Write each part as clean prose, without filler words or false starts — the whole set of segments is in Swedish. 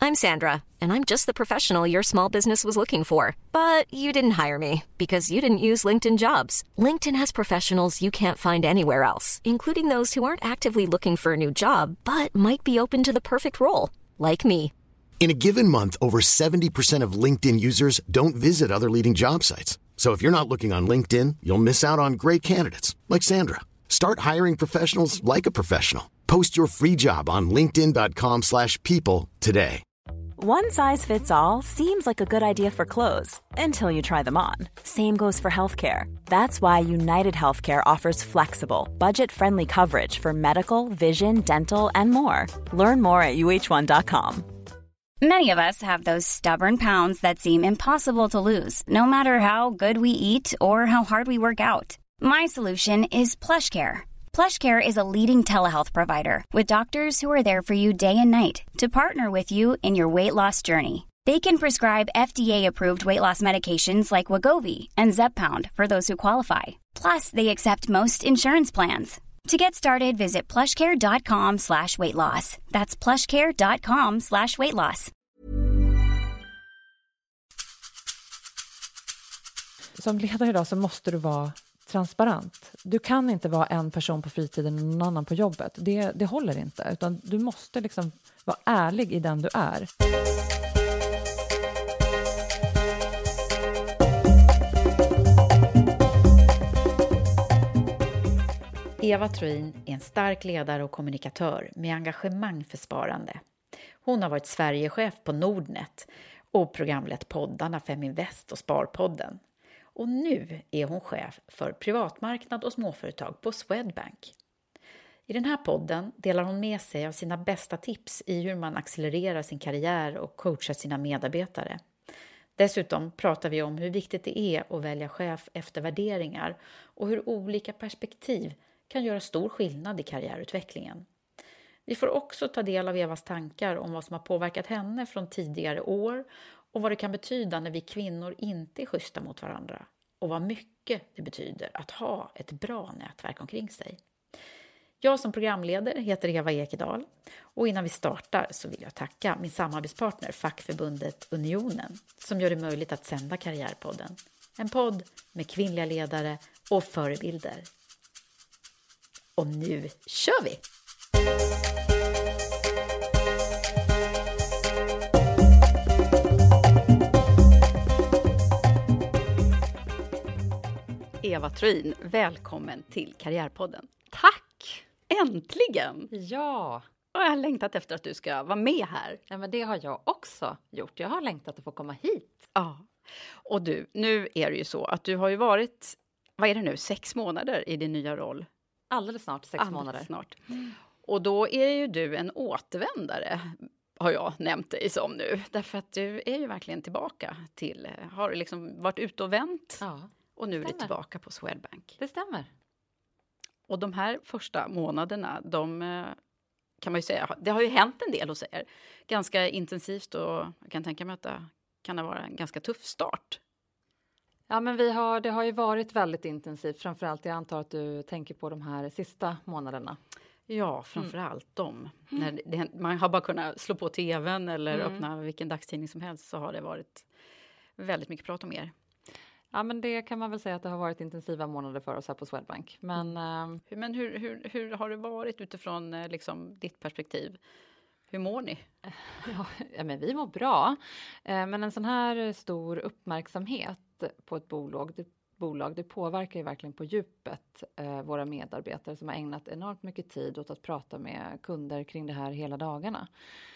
I'm Sandra, and I'm just the professional your small business was looking for. But you didn't hire me because you didn't use LinkedIn Jobs. LinkedIn has professionals you can't find anywhere else, including those who aren't actively looking for a new job, but might be open to the perfect role, like me. In a given month, over 70% of LinkedIn users don't visit other leading job sites. So if you're not looking on LinkedIn, you'll miss out on great candidates like Sandra. Start hiring professionals like a professional. Post your free job on linkedin.com/people today. One size fits all seems like a good idea for clothes until you try them on. Same goes for healthcare. That's why United Healthcare offers flexible, budget-friendly coverage for medical, vision, dental, and more. Learn more at uh1.com. Many of us have those stubborn pounds that seem impossible to lose, no matter how good we eat or how hard we work out. My solution is PlushCare. PlushCare is a leading telehealth provider with doctors who are there for you day and night to partner with you in your weight loss journey. They can prescribe FDA-approved weight loss medications like Wegovy and Zepbound for those who qualify. Plus, they accept most insurance plans. To get started, visit plushcare.com/weightloss. That's plushcare.com/weightloss. Som ledare idag så måste du vara transparent. Du kan inte vara en person på fritiden och någon annan på jobbet. Det håller inte. Utan du måste liksom vara ärlig i den du är. Eva Troin är en stark ledare och kommunikatör med engagemang för sparande. Hon har varit Sverigechef på Nordnet och programlett poddarna Feminvest och Sparpodden. Och nu är hon chef för privatmarknad och småföretag på Swedbank. I den här podden delar hon med sig av sina bästa tips i hur man accelererar sin karriär och coachar sina medarbetare. Dessutom pratar vi om hur viktigt det är att välja chef efter värderingar och hur olika perspektiv kan göra stor skillnad i karriärutvecklingen. Vi får också ta del av Evas tankar om vad som har påverkat henne från tidigare år och vad det kan betyda när vi kvinnor inte är schyssta mot varandra och vad mycket det betyder att ha ett bra nätverk omkring sig. Jag som programledare heter Eva Ekedal och innan vi startar så vill jag tacka min samarbetspartner fackförbundet Unionen som gör det möjligt att sända Karriärpodden. En podd med kvinnliga ledare och förebilder. Och nu kör vi! Eva Troin, välkommen till Karriärpodden. Tack! Äntligen! Ja. Och jag har längtat efter att du ska vara med här. Ja, men det har jag också gjort. Jag har längtat att få komma hit. Ja. Och du, nu är det ju så att du har ju varit, vad är det nu, 6 månader i din nya roll. Alldeles snart, 6 månader. Snart. Och då är ju du en återvändare, har jag nämnt dig som nu. Därför att du är ju verkligen tillbaka till, har liksom varit ute och vänt. Ja. Och nu är du tillbaka på Swedbank. Det stämmer. Och de här första månaderna, de kan man ju säga, det har ju hänt en del hos er. Ganska intensivt och jag kan tänka mig att det kan ha varit en ganska tuff start. Ja, men det har ju varit väldigt intensivt. Framförallt, jag antar att du tänker på de här sista månaderna. Ja, framförallt de. När man har bara kunnat slå på tvn eller öppna vilken dagstidning som helst så har det varit väldigt mycket prat om er. Ja, men det kan man väl säga att det har varit intensiva månader för oss här på Swedbank. Men hur har det varit utifrån liksom, ditt perspektiv? Hur mår ni? Ja, men vi mår bra. Men en sån här stor uppmärksamhet på ett bolag, det påverkar ju verkligen på djupet våra medarbetare som har ägnat enormt mycket tid åt att prata med kunder kring det här hela dagarna.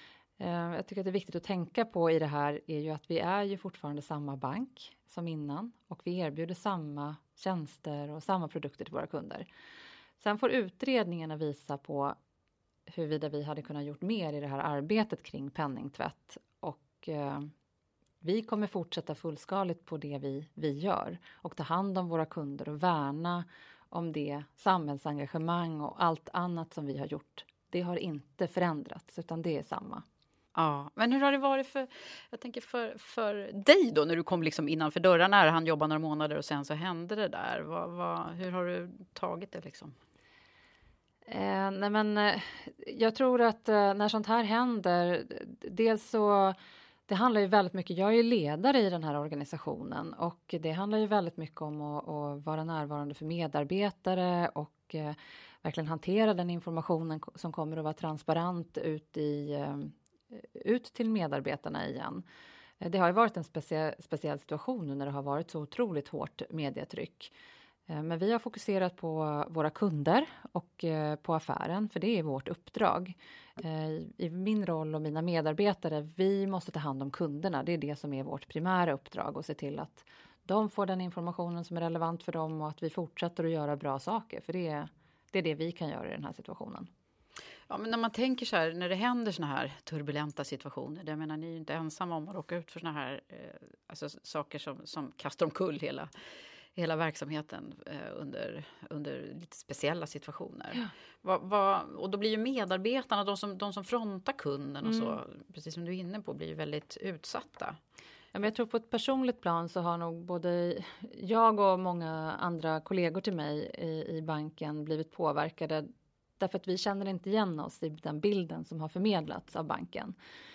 Jag tycker att det är viktigt att tänka på i det här är ju att vi är ju fortfarande samma bank som innan och vi erbjuder samma tjänster och samma produkter till våra kunder. Sen får utredningarna visa på huruvida vi hade kunnat gjort mer i det här arbetet kring penningtvätt och vi kommer fortsätta fullskaligt på det vi gör och ta hand om våra kunder och värna om det samhällsengagemang och allt annat som vi har gjort. Det har inte förändrats utan det är samma. Ja, men hur har det varit för dig då när du kom liksom innanför dörrarna när han jobbade några månader och sen så hände det där? Hur har du tagit det liksom? Nej men jag tror att när sånt här händer, dels så det handlar ju väldigt mycket, jag är ju ledare i den här organisationen och det handlar ju väldigt mycket om att vara närvarande för medarbetare och verkligen hantera den informationen som kommer att vara transparent ut till medarbetarna igen. Det har ju varit en speciell situation nu när det har varit så otroligt hårt medietryck. Men vi har fokuserat på våra kunder och på affären, för det är vårt uppdrag. I min roll och mina medarbetare, vi måste ta hand om kunderna. Det är det som är vårt primära uppdrag, och se till att de får den informationen som är relevant för dem och att vi fortsätter att göra bra saker. För det är det vi kan göra i den här situationen. Ja, men när man tänker så här, när det händer såna här turbulenta situationer, jag menar, ni är ju inte ensamma om att råka ut för såna här alltså, saker som kastar omkull hela verksamheten under lite speciella situationer. Ja. Och då blir ju medarbetarna, de som frontar kunden och så, precis som du är inne på, blir ju väldigt utsatta. Ja, men jag tror på ett personligt plan så har nog både jag och många andra kollegor till mig i banken blivit påverkade. Därför att vi känner inte igen oss i den bilden som har förmedlats av banken.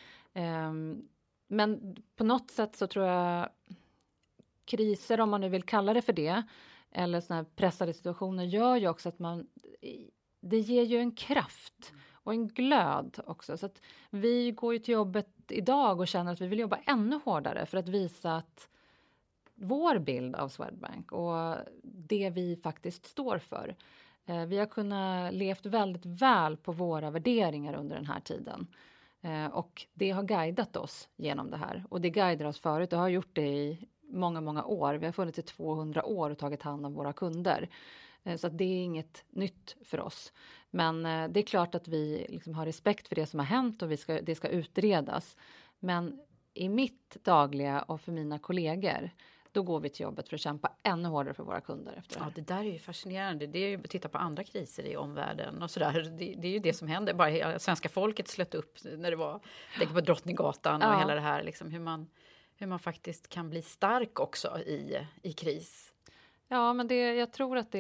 Men på något sätt så tror jag kriser, om man nu vill kalla det för det, eller såna här pressade situationer, gör ju också att det ger ju en kraft och en glöd också. Så att vi går ju till jobbet idag och känner att vi vill jobba ännu hårdare för att visa att vår bild av Swedbank och det vi faktiskt står för. Vi har kunnat levt väldigt väl på våra värderingar under den här tiden. Och det har guidat oss genom det här. Och det guidar oss förut. Det har gjort det i många, många år. Vi har funnits i 200 år och tagit hand om våra kunder. Så att det är inget nytt för oss. Men det är klart att vi liksom har respekt för det som har hänt och det ska utredas. Men i mitt dagliga och för mina kollegor, då går vi till jobbet för att kämpa ännu hårdare för våra kunder efter det här. Ja, det där är ju fascinerande. Det är ju att titta på andra kriser i omvärlden och sådär. Det är ju det som händer. Bara hela svenska folket slöt upp när det var, tänk på Drottninggatan och hela det här. Liksom, hur man faktiskt kan bli stark också i kris. Ja, men jag tror att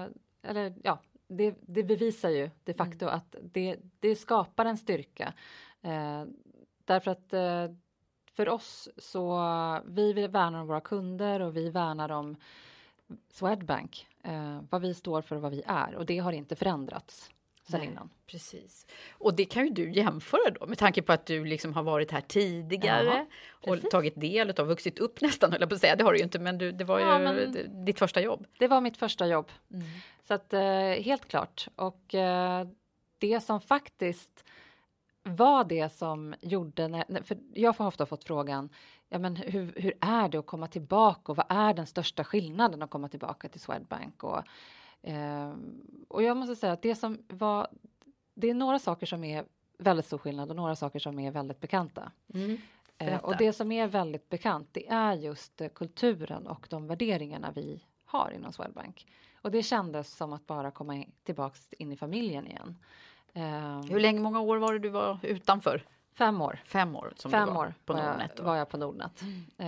det bevisar ju de facto att det skapar en styrka. Därför att för oss så vi vill värna om våra kunder och vi värnar om Swedbank, vad vi står för och vad vi är. Och det har inte förändrats sen innan. Precis. Och det kan ju du jämföra då med tanke på att du liksom har varit här tidigare och tagit del av, vuxit upp nästan, höll jag på att säga. Det har du ju inte, men det var ju ditt första jobb. Det var mitt första jobb. Så att helt klart. Och det som faktiskt var det som gjorde, för jag har ofta fått frågan, ja men hur är det att komma tillbaka och vad är den största skillnaden att komma tillbaka till Swedbank och jag måste säga att det är några saker som är väldigt stor skillnad och några saker som är väldigt bekanta. Och det som är väldigt bekant, det är just kulturen och de värderingarna vi har inom Swedbank. Och det kändes som att bara komma tillbaka in i familjen igen. Hur många år var det du var utanför? 5 år. 5 år som 5 du var år på Nordnet. var jag på Nordnet.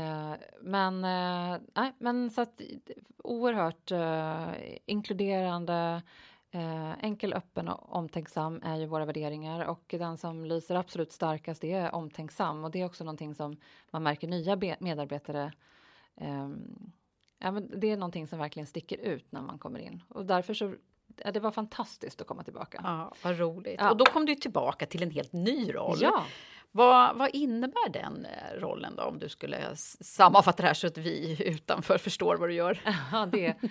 Men så att oerhört inkluderande, enkel, öppen och omtänksam är ju våra värderingar. Och den som lyser absolut starkast är omtänksam. Och det är också någonting som man märker nya medarbetare. Men det är någonting som verkligen sticker ut när man kommer in. Och därför så det var fantastiskt att komma tillbaka. Ja, vad roligt. Ja. Och då kom du tillbaka till en helt ny roll. Ja. Vad innebär den rollen då, om du skulle sammanfatta det här så att vi utanför förstår vad du gör? Ja,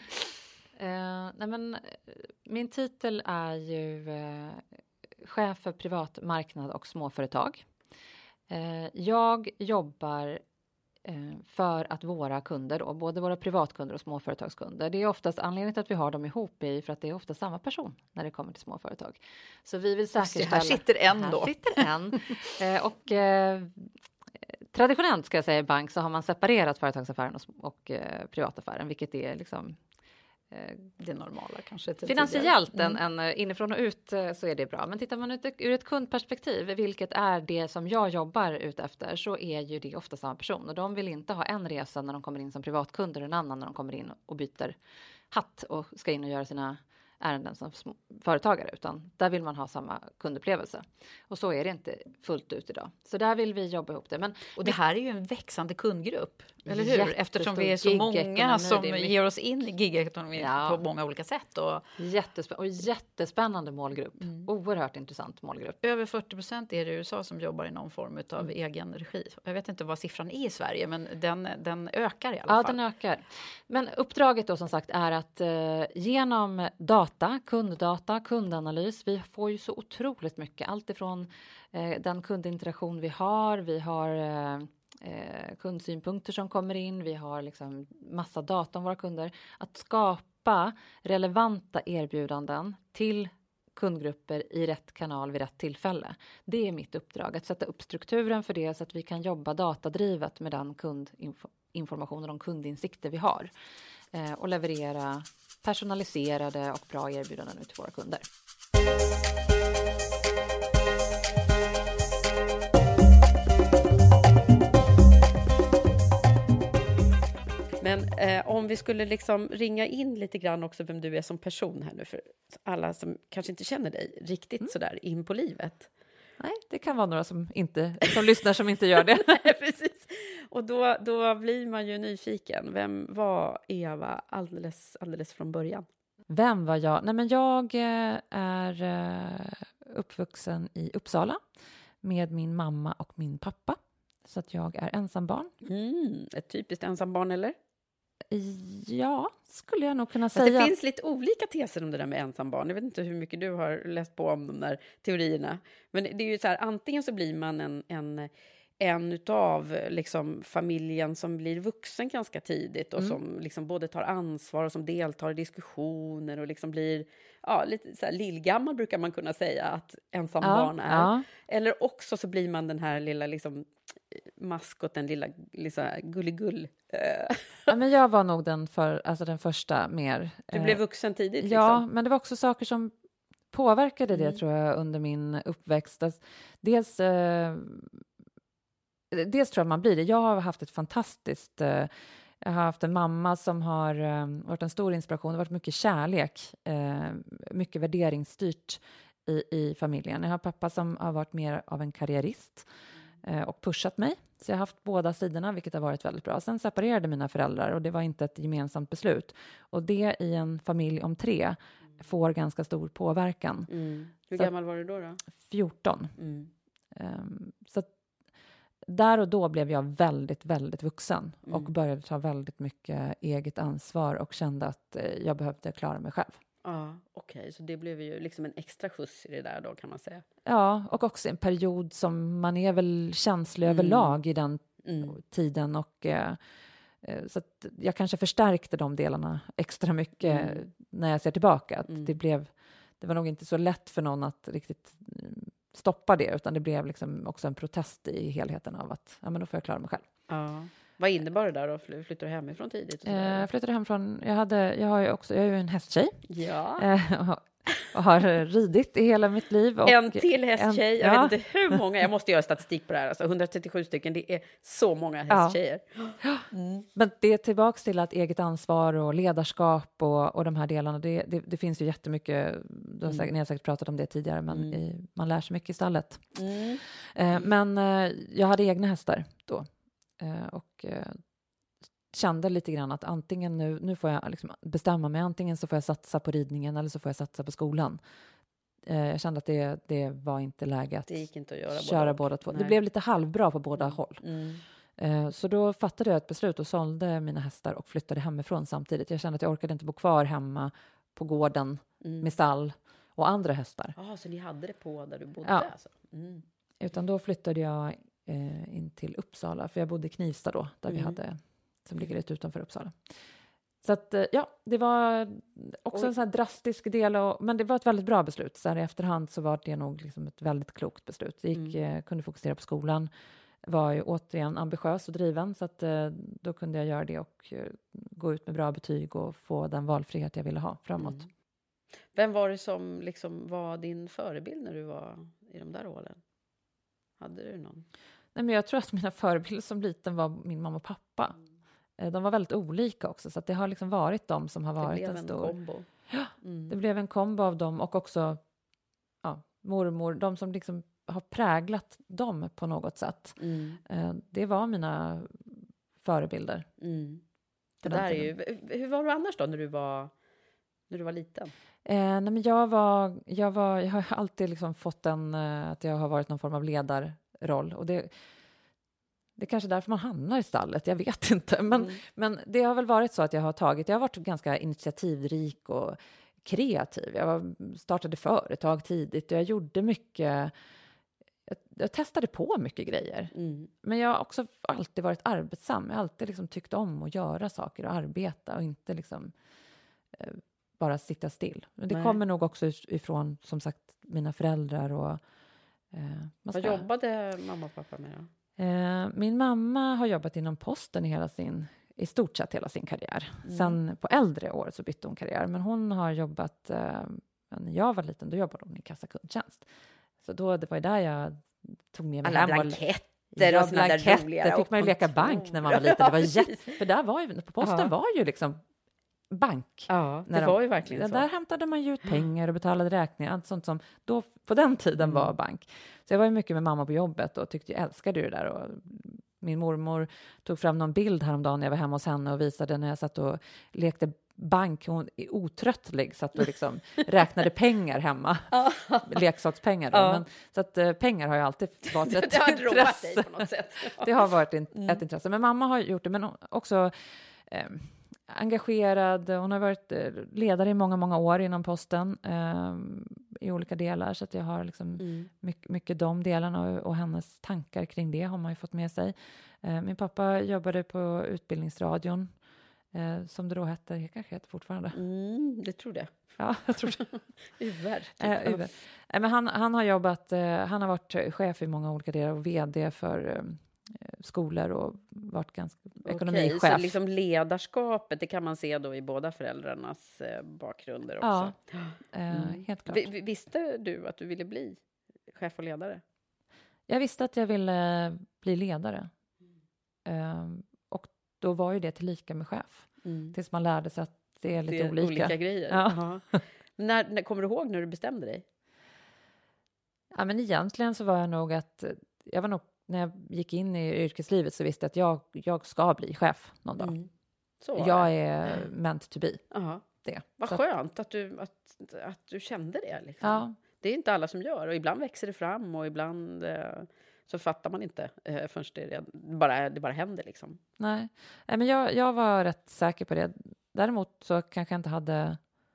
min titel är ju chef för privat marknad och småföretag. Jag jobbar för att våra kunder, då, både våra privatkunder och småföretagskunder, det är oftast anledningen till att vi har dem ihop för att det är ofta samma person när det kommer till småföretag. Så vi vill säkerställa... Här sitter en då. Här sitter en. Och traditionellt ska jag säga i bank så har man separerat företagsaffären och privataffären, vilket är liksom... det normala kanske. Finansiellt en inifrån och ut så är det bra. Men tittar man ur ett kundperspektiv, vilket är det som jag jobbar ut efter, så är ju det ofta samma person. Och de vill inte ha en resa när de kommer in som privatkunder och en annan när de kommer in och byter hatt och ska in och göra sina ärenden som företagare, utan där vill man ha samma kundupplevelse. Och så är det inte fullt ut idag. Så där vill vi jobba ihop det. Och det här är ju en växande kundgrupp, eller hur? Eftersom vi är så många som ger oss in i gigekonomin på många olika sätt. Och jättespännande målgrupp. Oerhört intressant målgrupp. Över 40% är det i USA som jobbar i någon form av egen regi. Jag vet inte vad siffran är i Sverige, men den ökar i alla fall. Ja, den ökar. Men uppdraget då som sagt är att genom data, kundanalys, vi får ju så otroligt mycket. Allt ifrån den kundinteraktion vi har kundsynpunkter som kommer in, vi har liksom massa data om våra kunder. Att skapa relevanta erbjudanden till kundgrupper i rätt kanal vid rätt tillfälle. Det är mitt uppdrag, att sätta upp strukturen för det så att vi kan jobba datadrivet med den kundinformation och de kundinsikter vi har. Och leverera personaliserade och bra erbjudanden ut till våra kunder. Men om vi skulle liksom ringa in lite grann också vem du är som person här nu, för alla som kanske inte känner dig riktigt sådär in på livet. Nej, det kan vara några som lyssnar som inte gör det. Nej, precis. Och då blir man ju nyfiken. Vem var Eva alldeles från början? Vem var jag? Nej, men jag är uppvuxen i Uppsala med min mamma och min pappa. Så att jag är ensambarn. Ett typiskt ensambarn, eller? Ja, skulle jag nog kunna Fast säga. Det finns lite olika teser om det där med ensambarn. Jag vet inte hur mycket du har läst på om de där teorierna. Men det är ju så här, antingen så blir man en utav liksom familjen som blir vuxen ganska tidigt och som liksom både tar ansvar och som deltar i diskussioner och liksom blir lite så här lillgammal, brukar man kunna säga att ensambarn är. Ja. Eller också så blir man den här lilla liksom maskoten, lilla gulligull. Ja, men jag var nog den första mer. Du blev vuxen tidigt liksom. Ja, men det var också saker som påverkade det tror jag under min uppväxt. Dels tror jag man blir det. Jag har haft ett fantastiskt... Jag har haft en mamma som har varit en stor inspiration. Det har varit mycket kärlek, mycket värderingsstyrt i familjen. Jag har pappa som har varit mer av en karriärist och pushat mig. Så jag har haft båda sidorna, vilket har varit väldigt bra. Sen separerade mina föräldrar och det var inte ett gemensamt beslut. Och det i en familj om 3 får ganska stor påverkan. Hur gammal var du då? 14. Så där och då blev jag väldigt, väldigt vuxen och började ta väldigt mycket eget ansvar och kände att jag behövde klara mig själv. Ja, okej. Så det blev ju liksom en extra skjuts i det där då, kan man säga. Ja, och också en period som man är väl känslig överlag i den tiden. Och så att jag kanske förstärkte de delarna extra mycket när jag ser tillbaka. Att det var nog inte så lätt för någon att riktigt stoppa det, utan det blev liksom också en protest i helheten av att men då får jag klara mig själv. Ja. Vad innebar det där då? Flyttade du hemifrån tidigt? Jag flyttade hemifrån. Jag är ju en hästtjej. Ja. Och har ridit i hela mitt liv. Och en till hästtjej. Jag vet inte hur många. Jag måste göra statistik på det här. Alltså 137 stycken. Det är så många hästtjejer. Ja. Men det är tillbaka till att eget ansvar och ledarskap och de här delarna. Det finns ju jättemycket. Ni har säkert pratat om det tidigare. Men man lär sig mycket i stallet. Men jag hade egna hästar då. Och kände lite grann att antingen nu får jag liksom bestämma mig, antingen så får jag satsa på ridningen eller så får jag satsa på skolan. Jag kände att det var inte läge att, det gick inte att köra båda två. Det blev lite halvbra på båda håll. Så då fattade jag ett beslut och sålde mina hästar och flyttade hemifrån samtidigt. Jag kände att jag orkade inte bo kvar hemma på gården med stall och andra hästar. Så ni hade det på där du bodde? Ja. Alltså. Utan då flyttade jag in till Uppsala, för jag bodde i Knivsta då, där vi hade, som ligger lite utanför Uppsala. Så att det var också en sån här drastisk del, men det var ett väldigt bra beslut. Så här i efterhand så var det nog liksom ett väldigt klokt beslut. Jag kunde fokusera på skolan, var ju återigen ambitiös och driven, så att då kunde jag göra det och gå ut med bra betyg och få den valfrihet jag ville ha framåt. Vem var det som liksom var din förebild när du var i de där åren? Hade du någon? Nej, men jag tror att mina förebilder som liten var min mamma och pappa. De var väldigt olika också, så att det har liksom varit de som har varit en stor... kombo. Det blev en kombo av dem och också mormor, de som liksom har präglat dem på något sätt. Det var mina förebilder. Det där är ju, hur var du annars då när du var liten? Nej, men jag har alltid liksom fått att jag har varit någon form av ledarroll. Och det är kanske därför man hamnar i stallet, jag vet inte. Men det har väl varit så att jag har varit ganska initiativrik och kreativ. Jag startade företag tidigt och jag gjorde mycket. Jag testade på mycket grejer. Men jag har också alltid varit arbetsam. Jag har alltid liksom tyckt om att göra saker och arbeta och inte liksom bara sitta still. Men det kommer nog också ifrån, som sagt, mina föräldrar. Och, vad jobbade mamma och pappa med då? Min mamma har jobbat inom posten i stort sett hela sin karriär. Sen på äldre år så bytte hon karriär. Men hon har jobbat, när jag var liten, då jobbade hon i kassakundtjänst. Så det var ju där jag tog med mig alla hem. Blanketter och såna där roliga. Där fick man ju leka bank när man var liten. Det var för där var ju, på posten var ju liksom bank. Ja, det var ju verkligen så. Där hämtade man ju ut pengar och betalade räkningar. Allt sånt som då på den tiden var bank. Så jag var ju mycket med mamma på jobbet och älskade det där. Och min mormor tog fram någon bild häromdagen när jag var hemma hos henne och visade när jag satt och lekte bank. Hon är otröttlig, satt och liksom räknade pengar hemma. Leksakspengar. Men, så att pengar har ju alltid varit ett det har intresse. roat dig på något sätt. Det har varit ett intresse. Men mamma har gjort det, men också engagerad. Hon har varit ledare i många, många år inom posten i olika delar. Så att jag har liksom mycket de delarna och hennes tankar kring det har man ju fått med sig. Min pappa jobbade på Utbildningsradion. Som det då hette, det kanske heter fortfarande. Det tror det. Ja, jag tror det. UR. UR. Men han har jobbat, han har varit chef i många olika delar och vd för skolor och varit ganska ekonomichef. Så liksom ledarskapet, det kan man se då i båda föräldrarnas bakgrunder också. Ja, helt klart. Visste du att du ville bli chef och ledare? Jag visste att jag ville bli ledare. Och då var ju det tillika med chef. Tills man lärde sig att det är lite olika grejer. Ja. När kommer du ihåg när du bestämde dig? Ja, men egentligen så var jag nog när jag gick in i yrkeslivet så visste jag att jag ska bli chef någon dag. Så jag är meant to be. Det. Vad skönt att du kände det. Liksom. Ja. Det är inte alla som gör. Och ibland växer det fram och ibland så fattar man inte förrän det bara händer. Liksom. Nej, men jag var rätt säker på det. Däremot så kanske jag inte hade...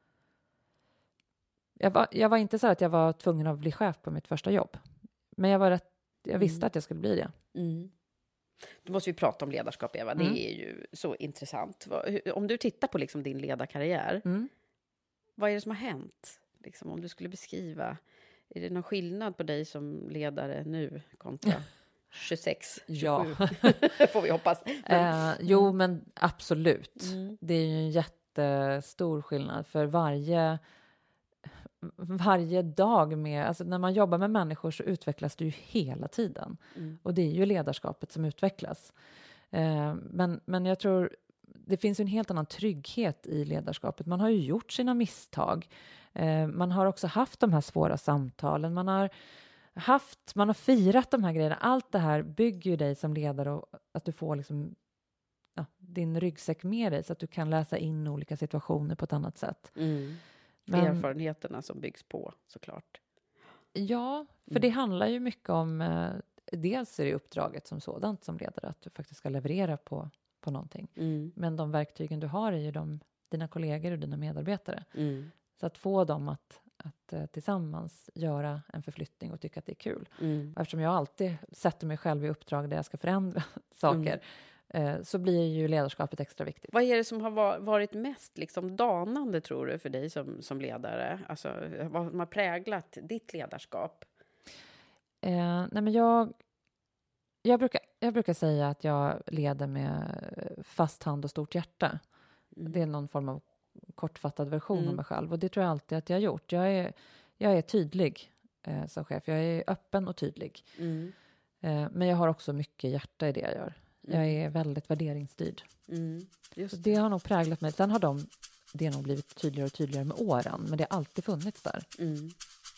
Jag var inte så att jag var tvungen att bli chef på mitt första jobb. Men jag visste att jag skulle bli det. Då måste vi prata om ledarskap, Eva. Det är ju så intressant. Om du tittar på liksom din ledarkarriär, vad är det som har hänt? Liksom, om du skulle beskriva, är det någon skillnad på dig som ledare nu kontra 26, 27? Ja. Får vi hoppas. Jo, men absolut. Det är ju en jättestor skillnad för varje dag alltså när man jobbar med människor så utvecklas det ju hela tiden. Och det är ju ledarskapet som utvecklas. Men jag tror det finns en helt annan trygghet i ledarskapet. Man har ju gjort sina misstag. Man har också haft de här svåra samtalen. Man har firat de här grejerna. Allt det här bygger ju dig som ledare och att du får liksom, din ryggsäck med dig så att du kan läsa in olika situationer på ett annat sätt. Erfarenheterna som byggs på, såklart. Ja, för det handlar ju mycket om dels är det uppdraget som sådant som ledare att du faktiskt ska leverera på någonting. Men de verktygen du har är ju dina kollegor och dina medarbetare. Så att få dem att tillsammans göra en förflyttning och tycka att det är kul. Och eftersom jag alltid sätter mig själv i uppdrag där jag ska förändra saker så blir ju ledarskapet extra viktigt. Vad är det som har varit mest liksom danande, tror du, för dig som ledare? Alltså, vad har präglat ditt ledarskap? Nej, men jag brukar säga att jag leder med fast hand och stort hjärta. Det är någon form av kortfattad version av mig själv. Och det tror jag alltid att jag har gjort. Jag är tydlig som chef. Jag är öppen och tydlig. Men jag har också mycket hjärta i det jag gör. Jag är väldigt värderingsstyrd. Just det har nog präglat mig. Sen har de det har nog blivit tydligare och tydligare med åren. Men det har alltid funnits där. Mm.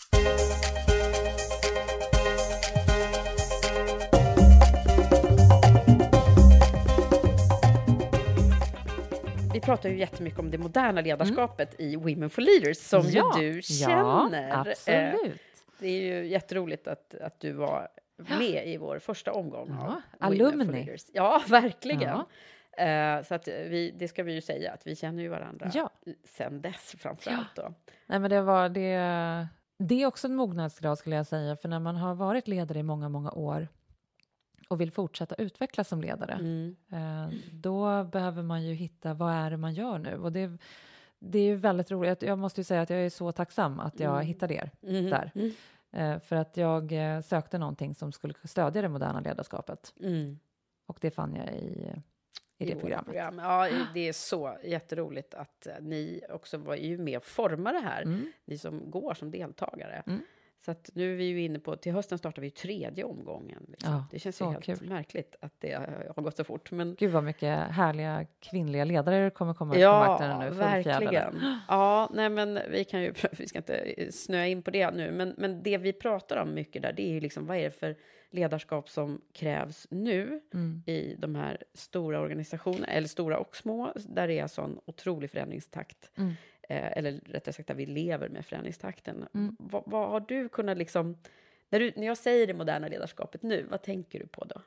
Vi pratar ju jättemycket om det moderna ledarskapet i Women for Leaders som ju du känner. Ja, absolut. Det är ju jätteroligt att du var med i vår första omgång av alumni. Women for Leaders. Ja, verkligen. Så att det ska vi ju säga att vi känner ju varandra sen dess framförallt då. Nej, men det är också en mognadsgrad skulle jag säga, för när man har varit ledare i många, många år och vill fortsätta utvecklas som ledare, då behöver man ju hitta vad är det man gör nu. Och det är ju väldigt roligt. Jag måste ju säga att jag är så tacksam att jag hittade er där. För att jag sökte någonting som skulle stödja det moderna ledarskapet. Och det fann jag i det programmet. Ja, det är så jätteroligt att ni också var ju med och formade det här. Ni som går som deltagare. Så att nu är vi ju inne på, till hösten startar vi 3:e omgången. Liksom. Ja, det känns ju helt märkligt att det har gått så fort. Men... Gud vad mycket härliga kvinnliga ledare kommer komma på marknaden nu. Ja, verkligen. Ja, nej men vi ska inte snöa in på det nu. Men det vi pratar om mycket där, det är ju liksom, vad är det för ledarskap som krävs nu i de här stora organisationerna, eller stora och små, där det är sån otrolig förändringstakt. Eller rättare sagt, där vi lever med förändringstakten. Vad har du kunnat liksom, när jag säger det moderna ledarskapet nu, vad tänker du på då?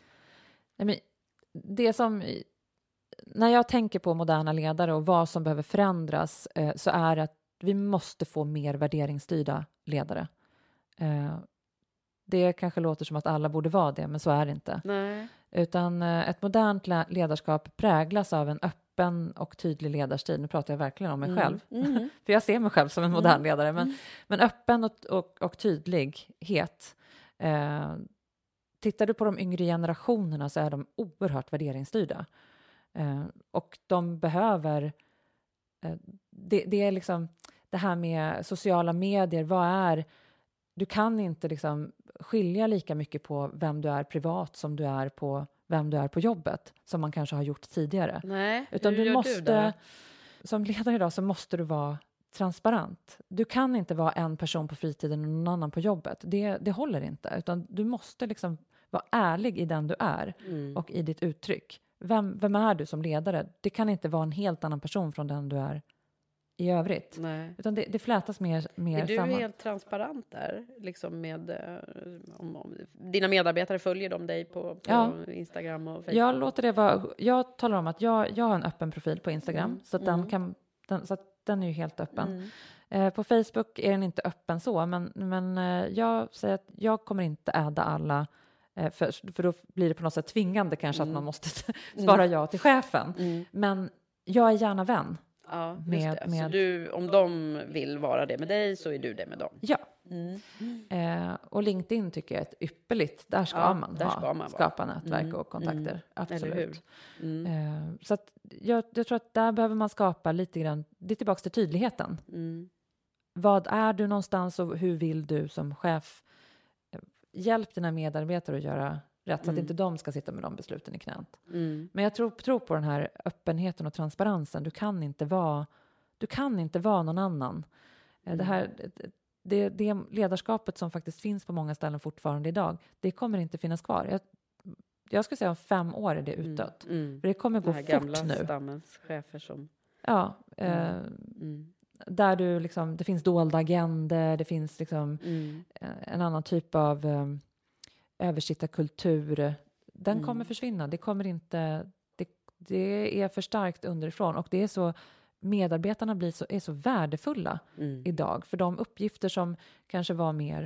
När jag tänker på moderna ledare och vad som behöver förändras, så är det att vi måste få mer värderingsstyrda ledare. Det kanske låter som att alla borde vara det, men så är det inte. Nej. Utan ett modernt ledarskap präglas av en öppen och tydlig ledarstil. Nu pratar jag verkligen om mig själv. För jag ser mig själv som en modern ledare. Men öppen och tydlighet. Tittar du på de yngre generationerna så är de oerhört värderingsstyrda. Och de behöver... Det är liksom det här med sociala medier. Du kan inte liksom skilja lika mycket på vem du är privat som du är på vem du är på jobbet, som man kanske har gjort tidigare. Nej, utan du måste, som ledare idag så måste du vara transparent. Du kan inte vara en person på fritiden och någon annan på jobbet. Det håller inte, utan du måste liksom vara ärlig i den du är och i ditt uttryck. Vem är du som ledare? Det kan inte vara en helt annan person från den du är i övrigt. Nej. Utan det flätas mer är du samman. Helt transparent där? Liksom med, om dina medarbetare följer de dig på Instagram och Facebook? Jag talar om att jag har en öppen profil på Instagram. Så att den är ju helt öppen. På Facebook är den inte öppen så. Men jag säger att jag kommer inte äda alla. För då blir det på något sätt tvingande kanske att man måste svara ja till chefen. Men jag är gärna vän. Ja, så om de vill vara det med dig så är du det med dem? Ja. Och LinkedIn tycker jag är ett ypperligt. Där ska man skapa nätverk och kontakter. Absolut. Så att jag tror att där behöver man skapa lite grann. Det är tillbaka till tydligheten. Vad är du någonstans och hur vill du som chef? Hjälp dina medarbetare att göra rätt, så att inte de ska sitta med de besluten i knät. Men jag tror på den här öppenheten och transparensen. Du kan inte vara någon annan. Det ledarskapet som faktiskt finns på många ställen fortfarande idag, det kommer inte finnas kvar. Jag skulle säga om 5 år är det utdött. För det kommer gå fort gamla nu. Stammens chefer som... Ja, där du liksom, det finns dolda agender, det finns liksom en annan typ av översittarkultur. Den kommer försvinna. Det kommer inte, det är för starkt underifrån, och det är så, medarbetarna är så värdefulla idag, för de uppgifter som kanske var mer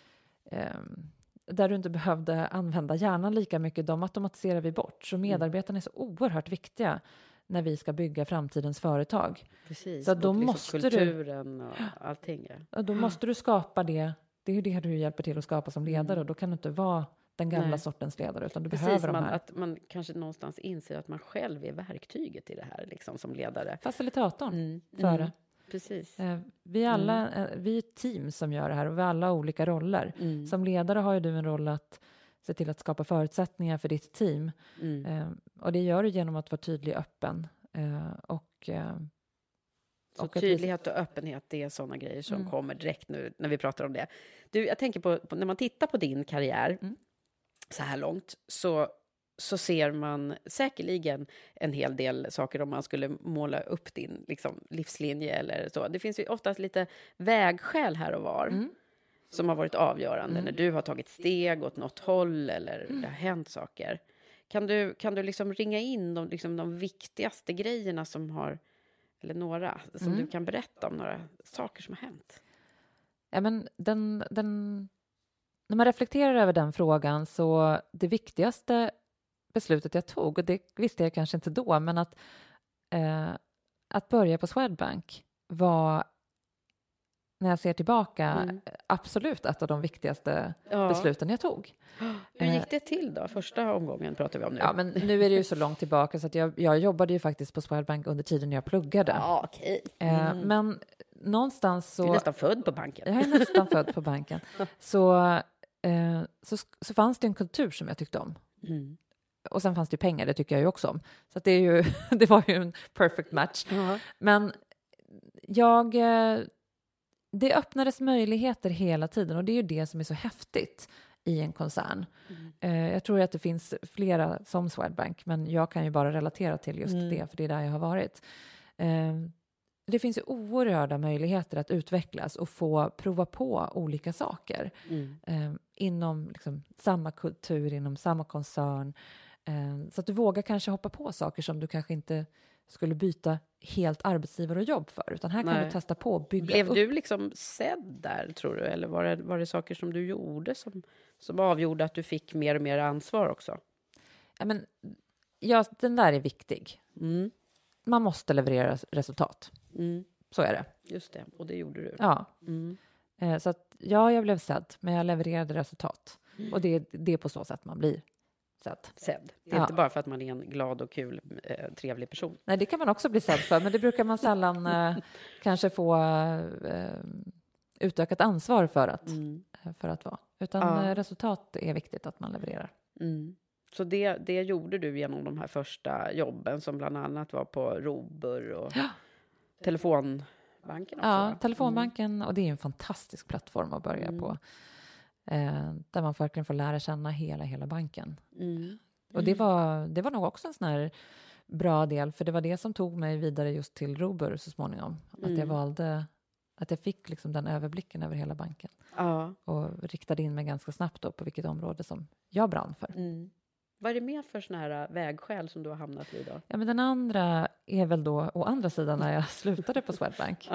där du inte behövde använda hjärnan lika mycket, de automatiserar vi bort. Så medarbetarna är så oerhört viktiga när vi ska bygga framtidens företag. Precis, så då liksom måste kulturen och allting. Då måste du skapa det. Det är ju det du hjälper till att skapa som ledare. Och då kan du inte vara den gamla sortens ledare, utan du behöver de här. Att man kanske någonstans inser att man själv är verktyget i det här liksom, som ledare. Facilitatorn för det. Precis. Vi är ett team som gör det här, och vi har alla olika roller. Som ledare har ju du en roll att se till att skapa förutsättningar för ditt team. Och det gör du genom att vara tydlig och öppen. Och Så Och tydlighet och öppenhet, det är sådana grejer som kommer direkt nu när vi pratar om det. Du, jag tänker på när man tittar på din karriär så här långt så ser man säkerligen en hel del saker om man skulle måla upp din liksom, livslinje eller så. Det finns ju oftast lite vägskäl här och var som har varit avgörande när du har tagit steg åt något håll eller det har hänt saker. Kan du liksom ringa in de viktigaste grejerna som har, eller några, som du kan berätta om några saker som har hänt? Ja, men när man reflekterar över den frågan, så det viktigaste beslutet jag tog, och det visste jag kanske inte då, men att börja på Swedbank var, när jag ser tillbaka, absolut ett av de viktigaste besluten jag tog. Hur gick det till då? Första omgången pratar vi om nu. Ja, men nu är det ju så långt tillbaka så att jag jobbade ju faktiskt på Swedbank under tiden jag pluggade. Ja, okej. Men någonstans så... Du är nästan född på banken. Jag är nästan född på banken. Så fanns det en kultur som jag tyckte om. Och sen fanns det ju pengar, det tycker jag ju också om. Så att det var ju en perfect match. Men det öppnades möjligheter hela tiden, och det är ju det som är så häftigt i en koncern. Jag tror att det finns flera som Swedbank, men jag kan ju bara relatera till just det, för det är där jag har varit. Det finns ju oerhörda möjligheter att utvecklas och få prova på olika saker inom liksom samma kultur, inom samma koncern. Så att du vågar kanske hoppa på saker som du kanske inte skulle byta helt arbetsgivare och jobb för, utan här kan du testa på och bygga Blev upp. du liksom sedd där, tror du? Eller var det saker som du gjorde som avgjorde att du fick mer och mer ansvar också? Ja, men, den där är viktig. Man måste leverera resultat. Så är det. Just det, och det gjorde du. Ja. Så att, jag blev sedd, men jag levererade resultat. Och det är på så sätt man blir sedd. Det är inte bara för att man är en glad och kul, trevlig person. Nej, det kan man också bli sedd för, men det brukar man sällan kanske få utökat ansvar för att vara. Utan resultat är viktigt att man levererar. Så det gjorde du genom de här första jobben som bland annat var på Robur och Telefonbanken också? Ja, Telefonbanken, och det är en fantastisk plattform att börja på. Där man verkligen får lära känna hela banken. Och det var nog också en sån här bra del, för det var det som tog mig vidare just till Robur så småningom. Att jag valde, att jag fick liksom den överblicken över hela banken. Och riktade in mig ganska snabbt då på vilket område som jag brann för. Vad är det mer för såna här vägskäl som du har hamnat i då? Ja, men den andra är väl då å andra sidan när jag slutade på Swedbank.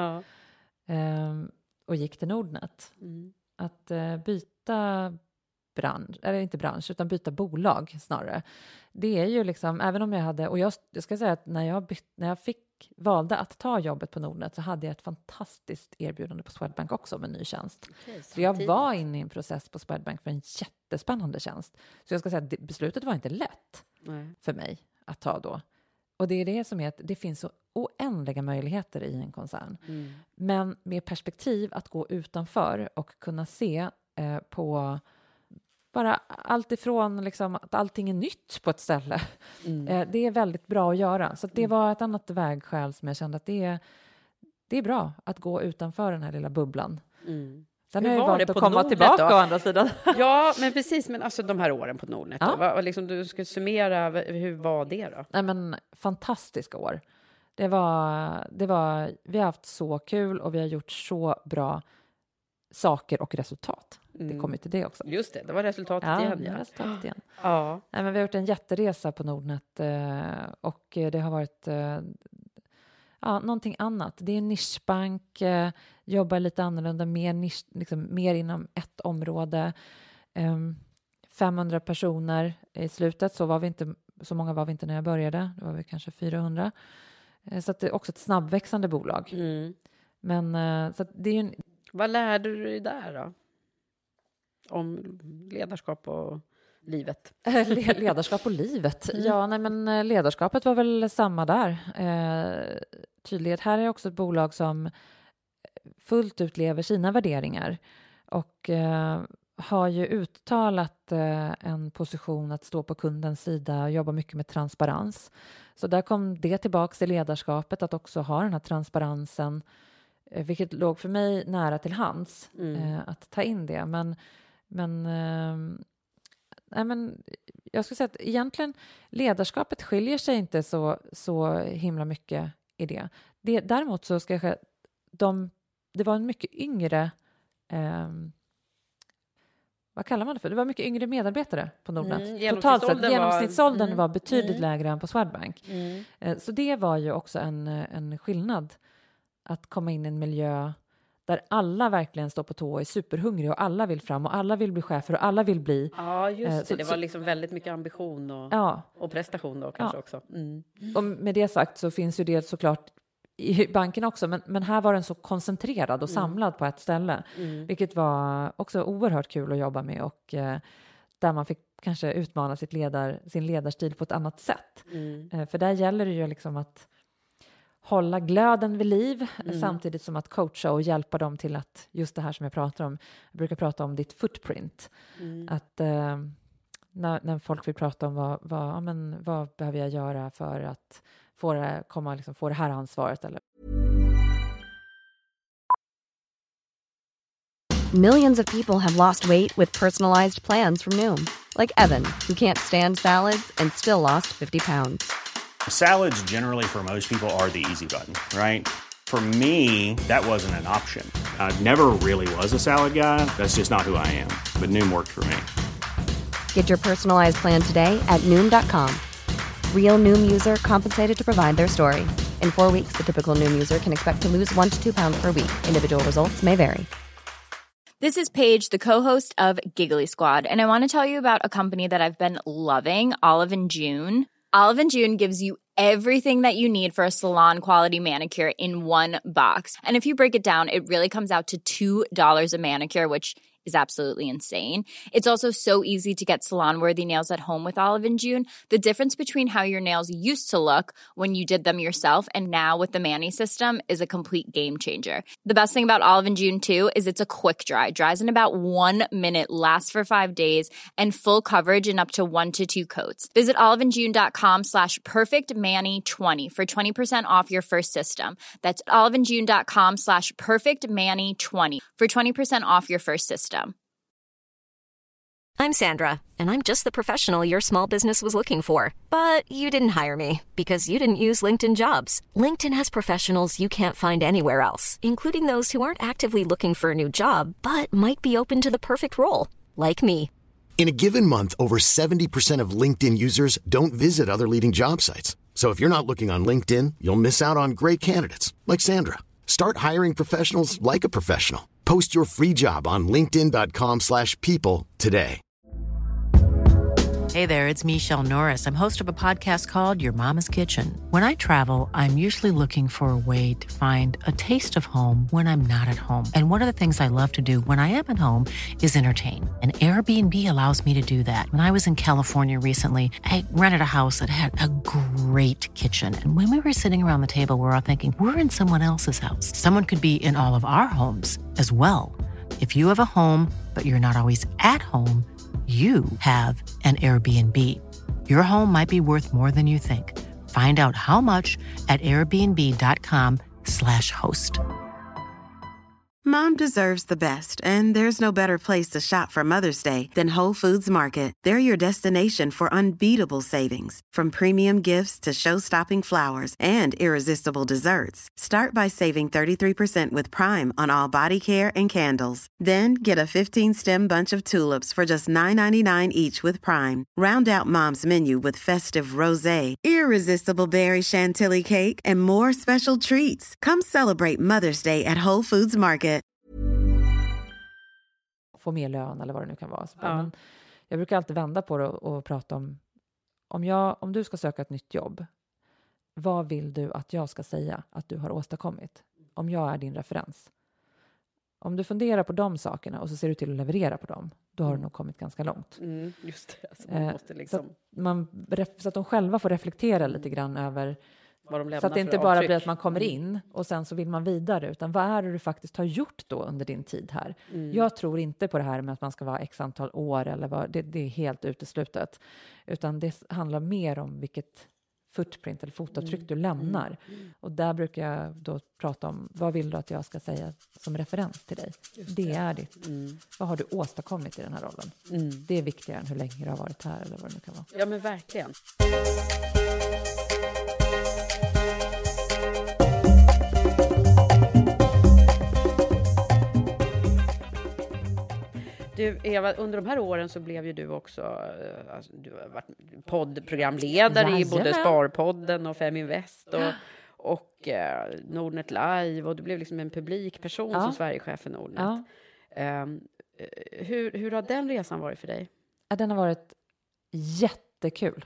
Och gick till Nordnet. Att byta bransch, eller inte bransch, utan byta bolag snarare. Det är ju liksom, även om jag hade, och jag ska säga att när jag valde att ta jobbet på Nordnet, så hade jag ett fantastiskt erbjudande på Swedbank också med en ny tjänst. Så jag var inne i en process på Swedbank för en jättespännande tjänst. Så jag ska säga att beslutet var inte lätt för mig att ta då. Och det är det som är att det finns så oändliga möjligheter i en koncern. Men med perspektiv att gå utanför och kunna se på bara allt ifrån liksom att allting är nytt på ett ställe. Det är väldigt bra att göra. Så att det var ett annat vägskäl som jag kände att det är bra att gå utanför den här lilla bubblan. Sen har jag valt att komma tillbaka å andra sidan. Ja, men precis. Men alltså de här åren på Nordnet. Vad liksom, du ska summera, hur var det då? Nej, men fantastiska år. Vi har haft så kul och vi har gjort så bra saker och resultat. Det kommer till det också. Just det var resultatet igen. Ja, resultatet igen. Ja. Nej, men vi har gjort en jätteresa på Nordnet och det har varit någonting annat. Det är en nischbank, jobbar lite annorlunda, mer inom ett område. 500 personer i slutet, så många var vi inte när jag började. Då var vi kanske 400. Så att det är också ett snabbväxande bolag. Men så att det är ju Vad lärde du dig där då? Om ledarskap och livet? Ledarskap och livet? Ja, nej, men ledarskapet var väl samma där. Tydlighet. Här är också ett bolag som fullt ut lever sina värderingar. Och har ju uttalat en position att stå på kundens sida och jobba mycket med transparens. Så där kom det tillbaka i ledarskapet, att också ha den här transparensen, vilket låg för mig nära till hands att ta in det. Men jag skulle säga att egentligen ledarskapet skiljer sig inte så himla mycket i det. Däremot så ska jag säga det var en mycket yngre vad kallar man det för? Det var mycket yngre medarbetare på Nordnet. Totalt sett, genomsnittsåldern var betydligt lägre än på Swedbank. Så det var ju också en skillnad, att komma in i en miljö där alla verkligen står på tå och är superhungriga och alla vill fram och alla vill bli chefer och alla vill bli. Ja, just det. Det var liksom väldigt mycket ambition och prestation då kanske också. Och med det sagt så finns ju det såklart i banken också, men här var den så koncentrerad och samlad på ett ställe, vilket var också oerhört kul att jobba med, och där man fick kanske utmana sin ledarstil på ett annat sätt. För där gäller det ju liksom att hålla glöden vid liv samtidigt som att coacha och hjälpa dem till att, just det här som jag pratar om, jag brukar prata om ditt footprint, att när folk vill prata om vad behöver jag göra för att få det här ansvaret. Eller. Millions of people have lost weight with personalized plans from Noom. Like Evan, who can't stand salads and still lost 50 pounds. Salads generally for most people are the easy button, right? For me, that wasn't an option. I never really was a salad guy. That's just not who I am. But Noom worked for me. Get your personalized plan today at Noom.com. Real Noom user compensated to provide their story. In 4 weeks, the typical Noom user can expect to lose 1 to 2 pounds per week. Individual results may vary. This is Paige, the co-host of Giggly Squad, and I want to tell you about a company that I've been loving, Olive & June. Olive & June gives you everything that you need for a salon-quality manicure in one box. And if you break it down, it really comes out to $2 a manicure, which is absolutely insane. It's also so easy to get salon-worthy nails at home with Olive & June. The difference between how your nails used to look when you did them yourself and now with the Mani system is a complete game changer. The best thing about Olive & June, too, is it's a quick dry. Dries in about 1 minute, lasts for 5 days, and full coverage in up to 1 to 2 coats. Visit oliveandjune.com/perfectmani20 for 20% off your first system. That's oliveandjune.com/perfectmani20 for 20% off your first system. I'm Sandra, and I'm just the professional your small business was looking for. But you didn't hire me because you didn't use LinkedIn Jobs. LinkedIn has professionals you can't find anywhere else, including those who aren't actively looking for a new job, but might be open to the perfect role, like me. In a given month, over 70% of LinkedIn users don't visit other leading job sites. So if you're not looking on LinkedIn, you'll miss out on great candidates like Sandra. Start hiring professionals like a professional. Post your free job on linkedin.com/people today. Hey there, it's Michelle Norris. I'm host of a podcast called Your Mama's Kitchen. When I travel, I'm usually looking for a way to find a taste of home when I'm not at home. And one of the things I love to do when I am at home is entertain. And Airbnb allows me to do that. When I was in California recently, I rented a house that had a great kitchen. And when we were sitting around the table, we were all thinking, we're in someone else's house. Someone could be in all of our homes as well. If you have a home, but you're not always at home, you have an Airbnb. Your home might be worth more than you think. Find out how much at airbnb.com/host. Mom deserves the best, and there's no better place to shop for Mother's Day than Whole Foods Market. They're your destination for unbeatable savings, from premium gifts to show-stopping flowers and irresistible desserts. Start by saving 33% with Prime on all body care and candles. Then get a 15-stem bunch of tulips for just $9.99 each with Prime. Round out Mom's menu with festive rosé, irresistible berry chantilly cake, and more special treats. Come celebrate Mother's Day at Whole Foods Market. Få mer lön eller vad det nu kan vara. Men jag brukar alltid vända på det och prata om du ska söka ett nytt jobb, vad vill du att jag ska säga att du har åstadkommit? Om jag är din referens. Om du funderar på de sakerna och så ser du till att leverera på dem, då har du nog kommit ganska långt. Just det. Alltså man måste liksom... så att de själva får reflektera lite grann över vad de lämnar. Så att det inte för bara avtryck. blir att man kommer in och sen så vill man vidare, utan vad är det du faktiskt har gjort då under din tid här? Jag tror inte på det här med att man ska vara x antal år eller det är helt uteslutet, utan det handlar mer om vilket footprint eller fotavtryck du lämnar. Och där brukar jag då prata om, vad vill du att jag ska säga som referens till dig? Det är ditt. Vad har du åstadkommit i den här rollen? Det är viktigare än hur länge du har varit här eller vad det nu kan vara. Ja, men verkligen. Du, Eva, under de här åren så blev ju du också, alltså, du har varit poddprogramledare i både Sparpodden och Feminvest och Nordnet Live, och du blev liksom en publikperson som Sverigechef för Nordnet. Hur har den resan varit för dig? Ja, den har varit jättekul.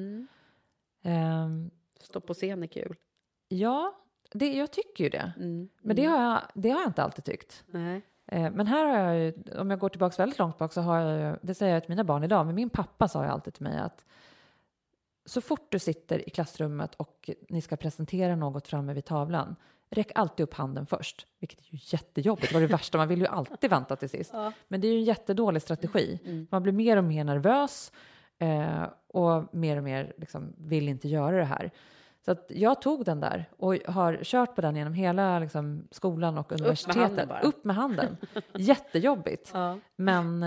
Stå på scen är kul. Ja, jag tycker ju det. Men det har jag inte alltid tyckt. Nej. Men här har jag ju, om jag går tillbaka väldigt långt bak, så har jag ju, det säger jag till mina barn idag, men min pappa sa ju alltid till mig att så fort du sitter i klassrummet och ni ska presentera något framme vid tavlan, räck alltid upp handen först, vilket är ju jättejobbigt. Det var det värsta, man vill ju alltid vänta till sist. Men det är ju en jättedålig strategi. Man blir mer och mer nervös och mer liksom vill inte göra det här. Så att jag tog den där och har kört på den genom hela liksom, skolan och universitetet. Upp med handen. Jättejobbigt. Men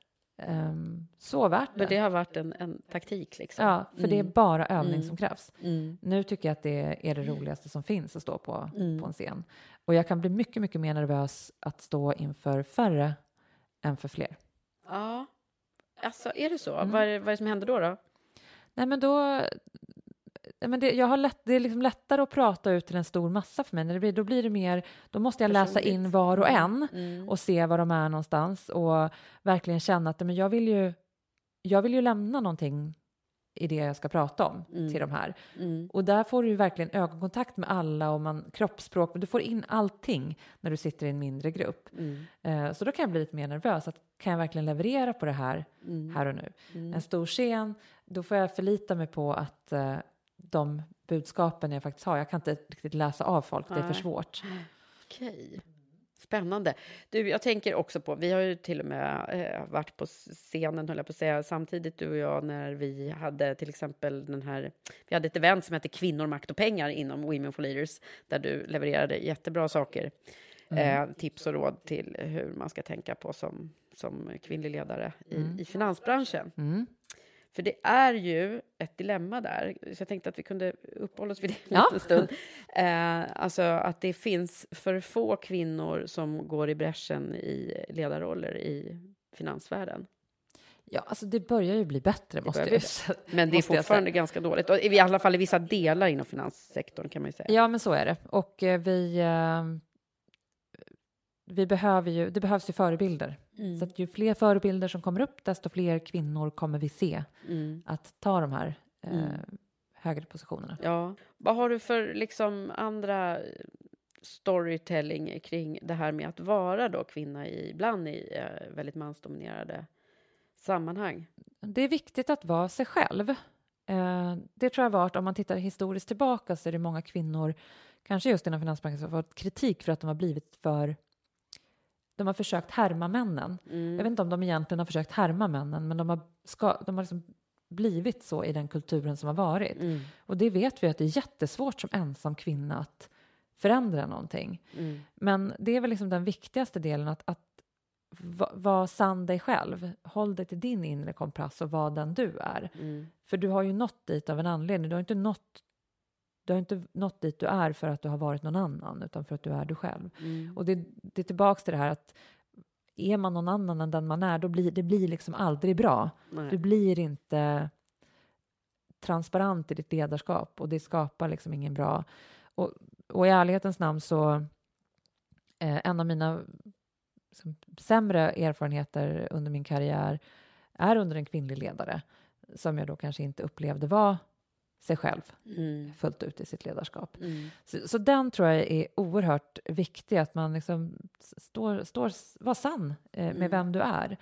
så värt det. Men det har varit en taktik liksom. Ja, för det är bara övning som krävs. Nu tycker jag att det är det roligaste som finns att stå på en scen. Och jag kan bli mycket, mycket mer nervös att stå inför färre än för fler. Ja, alltså är det så? Vad är det som händer då? Nej, men då... Men det är liksom lättare att prata ut till en stor massa för mig. Då blir det mer, då måste jag läsa in var och en och se var de är någonstans och verkligen känna att men jag vill ju lämna någonting i det jag ska prata om till de här. Och där får du ju verkligen ögonkontakt med alla och kroppsspråk, du får in allting när du sitter i en mindre grupp. Så då kan jag bli lite mer nervös, att kan jag verkligen leverera på det här och nu? En stor scen, då får jag förlita mig på att de budskapen jag faktiskt har, jag kan inte riktigt läsa av folk, det är för svårt. Okej. Spännande. Du, jag tänker också på, vi har ju till och med varit på scenen, höll jag på att säga, samtidigt du och jag, när vi hade till exempel vi hade ett event som hette Kvinnor, makt och pengar inom Women for Leaders, där du levererade jättebra saker, tips och råd till hur man ska tänka på som kvinnlig ledare i finansbranschen. För det är ju ett dilemma där. Så jag tänkte att vi kunde uppehålla oss vid det en stund. Alltså att det finns för få kvinnor som går i bräschen i ledarroller i finansvärlden. Ja, alltså det börjar ju bli bättre, måste jag säga. Men det är fortfarande ganska dåligt. Och i alla fall i vissa delar inom finanssektorn, kan man ju säga. Ja, men så är det. Och det behövs ju förebilder. Så att ju fler förebilder som kommer upp, desto fler kvinnor kommer vi se att ta de här högre positionerna. Ja. Vad har du för liksom andra storytelling kring det här med att vara då kvinna ibland i väldigt mansdominerade sammanhang? Det är viktigt att vara sig själv. Det tror jag varit, om man tittar historiskt tillbaka, så är det många kvinnor, kanske just inom finansbranschen, som har fått kritik för att de har blivit de har försökt härma männen. Jag vet inte om de egentligen har försökt härma männen, men de har liksom blivit så i den kulturen som har varit. Och det vet vi att det är jättesvårt som ensam kvinna att förändra någonting. Men det är väl liksom den viktigaste delen, att vara sann dig själv. Håll dig till din inre kompass och var den du är. För du har ju nått dit av en anledning. Du har inte nått dit du är för att du har varit någon annan, utan för att du är du själv. Och det är tillbaka till det här att är man någon annan än den man är, då blir det liksom aldrig bra. Nej. Du blir inte transparent i ditt ledarskap, och det skapar liksom ingen bra. Och i ärlighetens namn så en av mina sämre erfarenheter under min karriär är under en kvinnlig ledare, som jag då kanske inte upplevde var sig själv fullt ut i sitt ledarskap. Så den tror jag är oerhört viktig, att man liksom var sann med vem du är.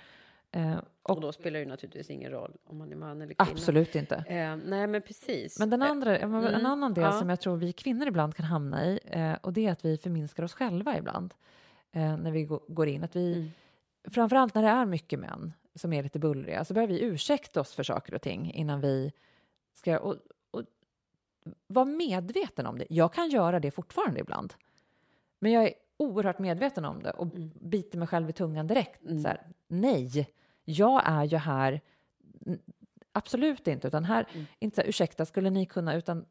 Och då spelar det naturligtvis ingen roll om man är man eller kvinna. Absolut inte. Nej, men precis. Men en annan del som jag tror vi kvinnor ibland kan hamna i, och det är att vi förminskar oss själva ibland när vi går in. Att vi, framförallt när det är mycket män som är lite bullriga, så börjar vi ursäkta oss för saker och ting innan vi ska... Och vara medveten om det. Jag kan göra det fortfarande ibland. Men jag är oerhört medveten om det och biter mig själv i tungan direkt. Så här, nej, jag är ju här. Absolut inte. Utan här, inte så här, ursäkta, skulle ni kunna, utan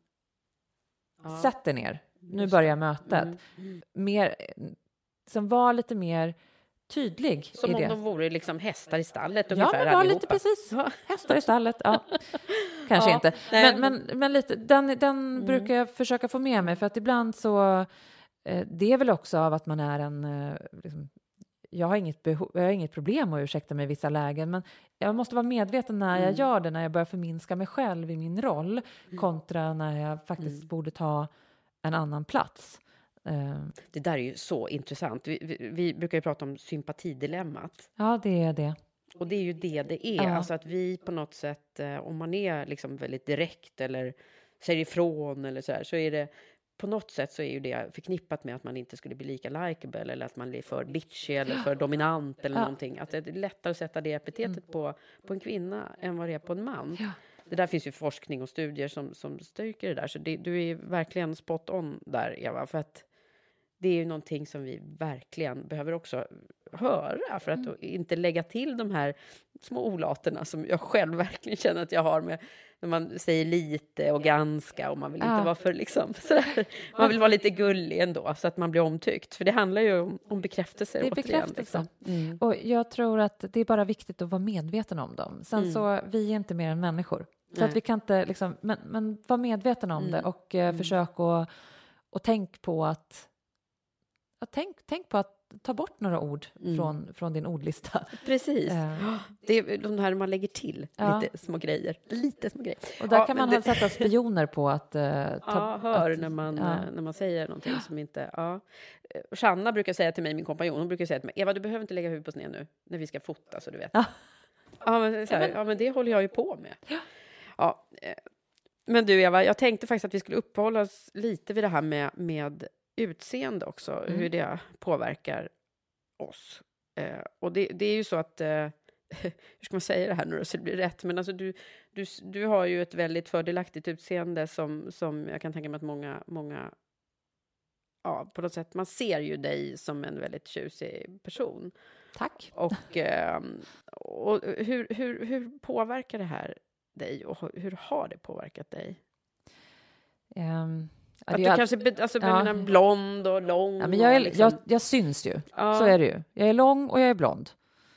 sätt er ner. Nu börjar mötet. Mer, som var lite mer tydlig. Som i om det. de vore liksom hästar i stallet Ja, men var lite precis. Hästar i stallet, ja. Kanske inte. Men lite, den brukar jag försöka få med mig. För att ibland så... det är väl också av att man är en... Liksom, jag har inget problem att ursäkta mig i vissa lägen. Men jag måste vara medveten när jag gör det. När jag börjar förminska mig själv i min roll. Kontra när jag faktiskt borde ta en annan plats. Det där är ju så intressant. Vi brukar ju prata om sympatidilemmat. Ja, det är det. Och det är ju det är. Ja. Alltså att vi på något sätt, om man är liksom väldigt direkt eller säger ifrån eller så här, så är det på något sätt så är ju det förknippat med att man inte skulle bli lika likeable eller att man är för bitchy eller för dominant eller någonting. Att det är lättare att sätta det epitetet på en kvinna än vad det är på en man. Ja. Det där finns ju forskning och studier som styrker det där. Så du är verkligen spot on där, Eva, för att det är ju någonting som vi verkligen behöver också höra för att inte lägga till de här små olaterna som jag själv verkligen känner att jag har med när man säger lite och ganska och man vill inte vara för liksom sådär. Man vill vara lite gullig ändå så att man blir omtyckt. För det handlar ju om bekräftelser. Det är bekräftelse. Liksom. Och jag tror att det är bara viktigt att vara medveten om dem. Sen så, vi är inte mer än människor. Så att vi kan inte liksom, men var medveten om det och försök och tänk på att tänk på att ta bort några ord från din ordlista. Precis. Det är de här man lägger till lite små grejer. Och där kan man sätta spioner på att hör när man säger någonting som inte... Ja. Shanna brukar säga till mig, min kompanjon, hon brukar säga till mig, Eva, du behöver inte lägga huvudet på sned nu när vi ska fota, så du vet. Men det håller jag ju på med. Ja. Men du, Eva, jag tänkte faktiskt att vi skulle uppehålla oss lite vid det här med utseende också, hur det påverkar oss. Och det är ju så att, hur ska man säga det här nu så det blir rätt, men alltså du har ju ett väldigt fördelaktigt utseende som jag kan tänka mig att många på något sätt, man ser ju dig som en väldigt tjusig person. Tack. Och hur påverkar det här dig och hur har det påverkat dig? Att du kanske menar blond och lång. Ja, men jag syns ju. Så är det ju. Jag är lång och jag är blond.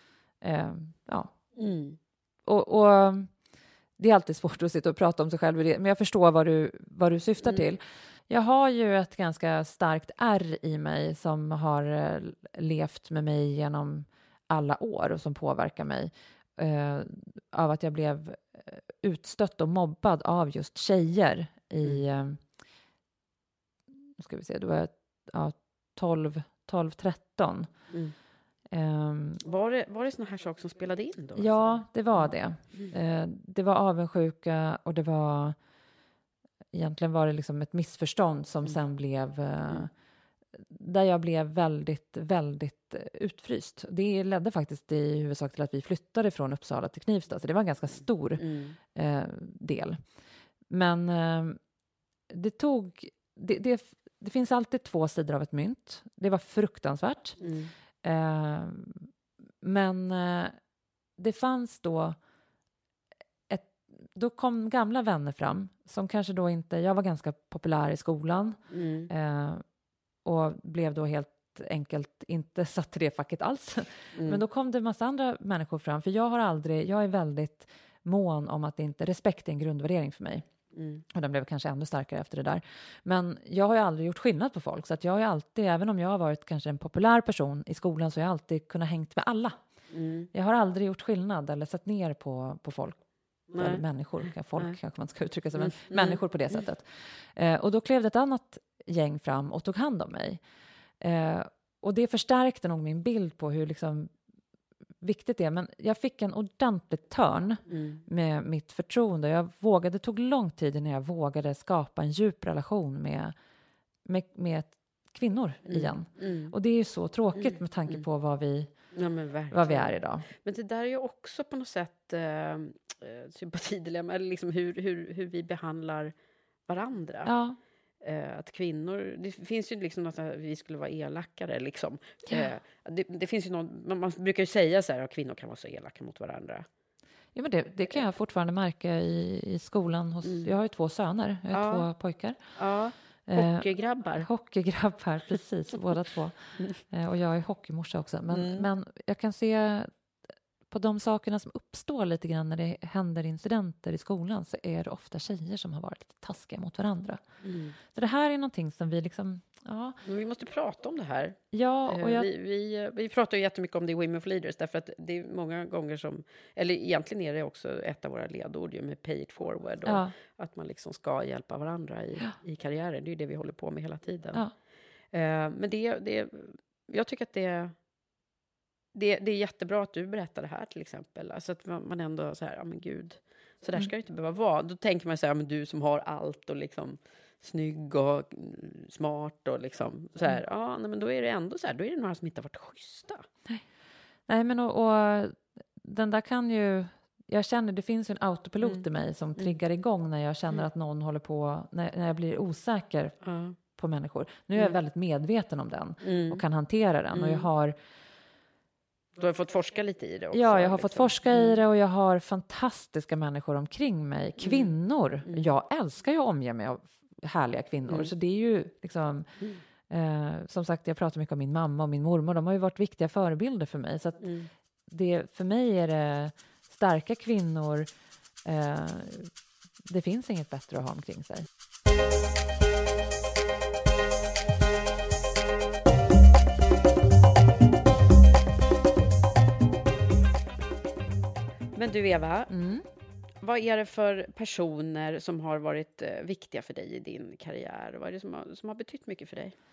Och det är alltid svårt att sitta och prata om sig själv. Men jag förstår vad du syftar till. Jag har ju ett ganska starkt ärr i mig som har levt med mig genom alla år och som påverkar mig. Av att jag blev utstött och mobbad av just tjejer i... ska vi se, då var jag 12-13. Var det såna här saker som spelade in då? Ja, det var det. Det var avundsjuka och det var egentligen var det liksom ett missförstånd som sen blev där jag blev väldigt, väldigt utfryst. Det ledde faktiskt i huvudsak till att vi flyttade från Uppsala till Knivsta, så det var en ganska stor del. Men det tog... Det finns alltid två sidor av ett mynt. Det var fruktansvärt. Men det fanns då då kom gamla vänner fram som kanske då inte... Jag var ganska populär i skolan och blev då helt enkelt inte satt i det facket alls. Men då kom det en massa andra människor fram. För jag är väldigt mån om att inte... Respekt är en grundvärdering för mig. Och den blev kanske ännu starkare efter det där. Men jag har ju aldrig gjort skillnad på folk. Så att jag har alltid, även om jag har varit kanske en populär person i skolan, så har jag alltid kunnat hängt med alla. Jag har aldrig gjort skillnad eller satt ner på folk. Eller människor. Folk kanske man ska uttrycka sig. Men människor på det sättet. Och då klev det ett annat gäng fram och tog hand om mig. Och det förstärkte nog min bild på hur liksom viktigt det är. Men jag fick en ordentlig törn med mitt förtroende. Det tog lång tid innan jag vågade skapa en djup relation med kvinnor igen. Och det är ju så tråkigt med tanke på vad vi är idag. Men det där är ju också på något sätt sympatidilemma, eller liksom hur vi behandlar varandra. Ja. Att kvinnor, det finns ju liksom något att vi skulle vara elakare liksom. Det finns ju man brukar ju säga så här att kvinnor kan vara så elaka mot varandra. Ja, men det kan jag fortfarande märka i skolan. Jag har ju 2 söner, jag har 2 pojkar. Ja. Hockeyggrabbar, precis, båda 2. Och jag är hockeymorsa också. Men jag kan se på de sakerna som uppstår lite grann när det händer incidenter i skolan, så är det ofta tjejer som har varit lite taskiga mot varandra. Så det här är någonting som vi liksom... Ja. Men vi måste prata om det här. Ja, och vi pratar ju jättemycket om det i Women for Leaders, därför att det är många gånger som... Eller egentligen är det också ett av våra ledord ju, med pay it forward. Och att man liksom ska hjälpa varandra i karriären. Det är ju det vi håller på med hela tiden. Ja. Men jag tycker att det är jättebra att du berättar det här till exempel. Alltså att man ändå så här, ja men gud, så där ska det inte behöva vara. Då tänker man så här, men du som har allt och liksom snygg och smart och liksom så här, men då är det ändå så här, då är det några som inte har varit schyssta. Nej, men och den där kan ju, jag känner, det finns en autopilot i mig som triggar igång när jag känner att någon håller på, när jag blir osäker på människor. Nu är jag väldigt medveten om den och kan hantera den, och jag har... Du har fått forska lite i det också. Ja, jag har fått forska i det, och jag har fantastiska människor omkring mig. Kvinnor. Jag älskar ju att omge mig av härliga kvinnor. Så det är ju liksom... som sagt, jag pratar mycket om min mamma och min mormor. De har ju varit viktiga förebilder för mig. Så att för mig är det starka kvinnor. Det finns inget bättre att ha omkring sig. Men du Eva, vad är det för personer som har varit viktiga för dig i din karriär? Vad är det som har betytt mycket för dig?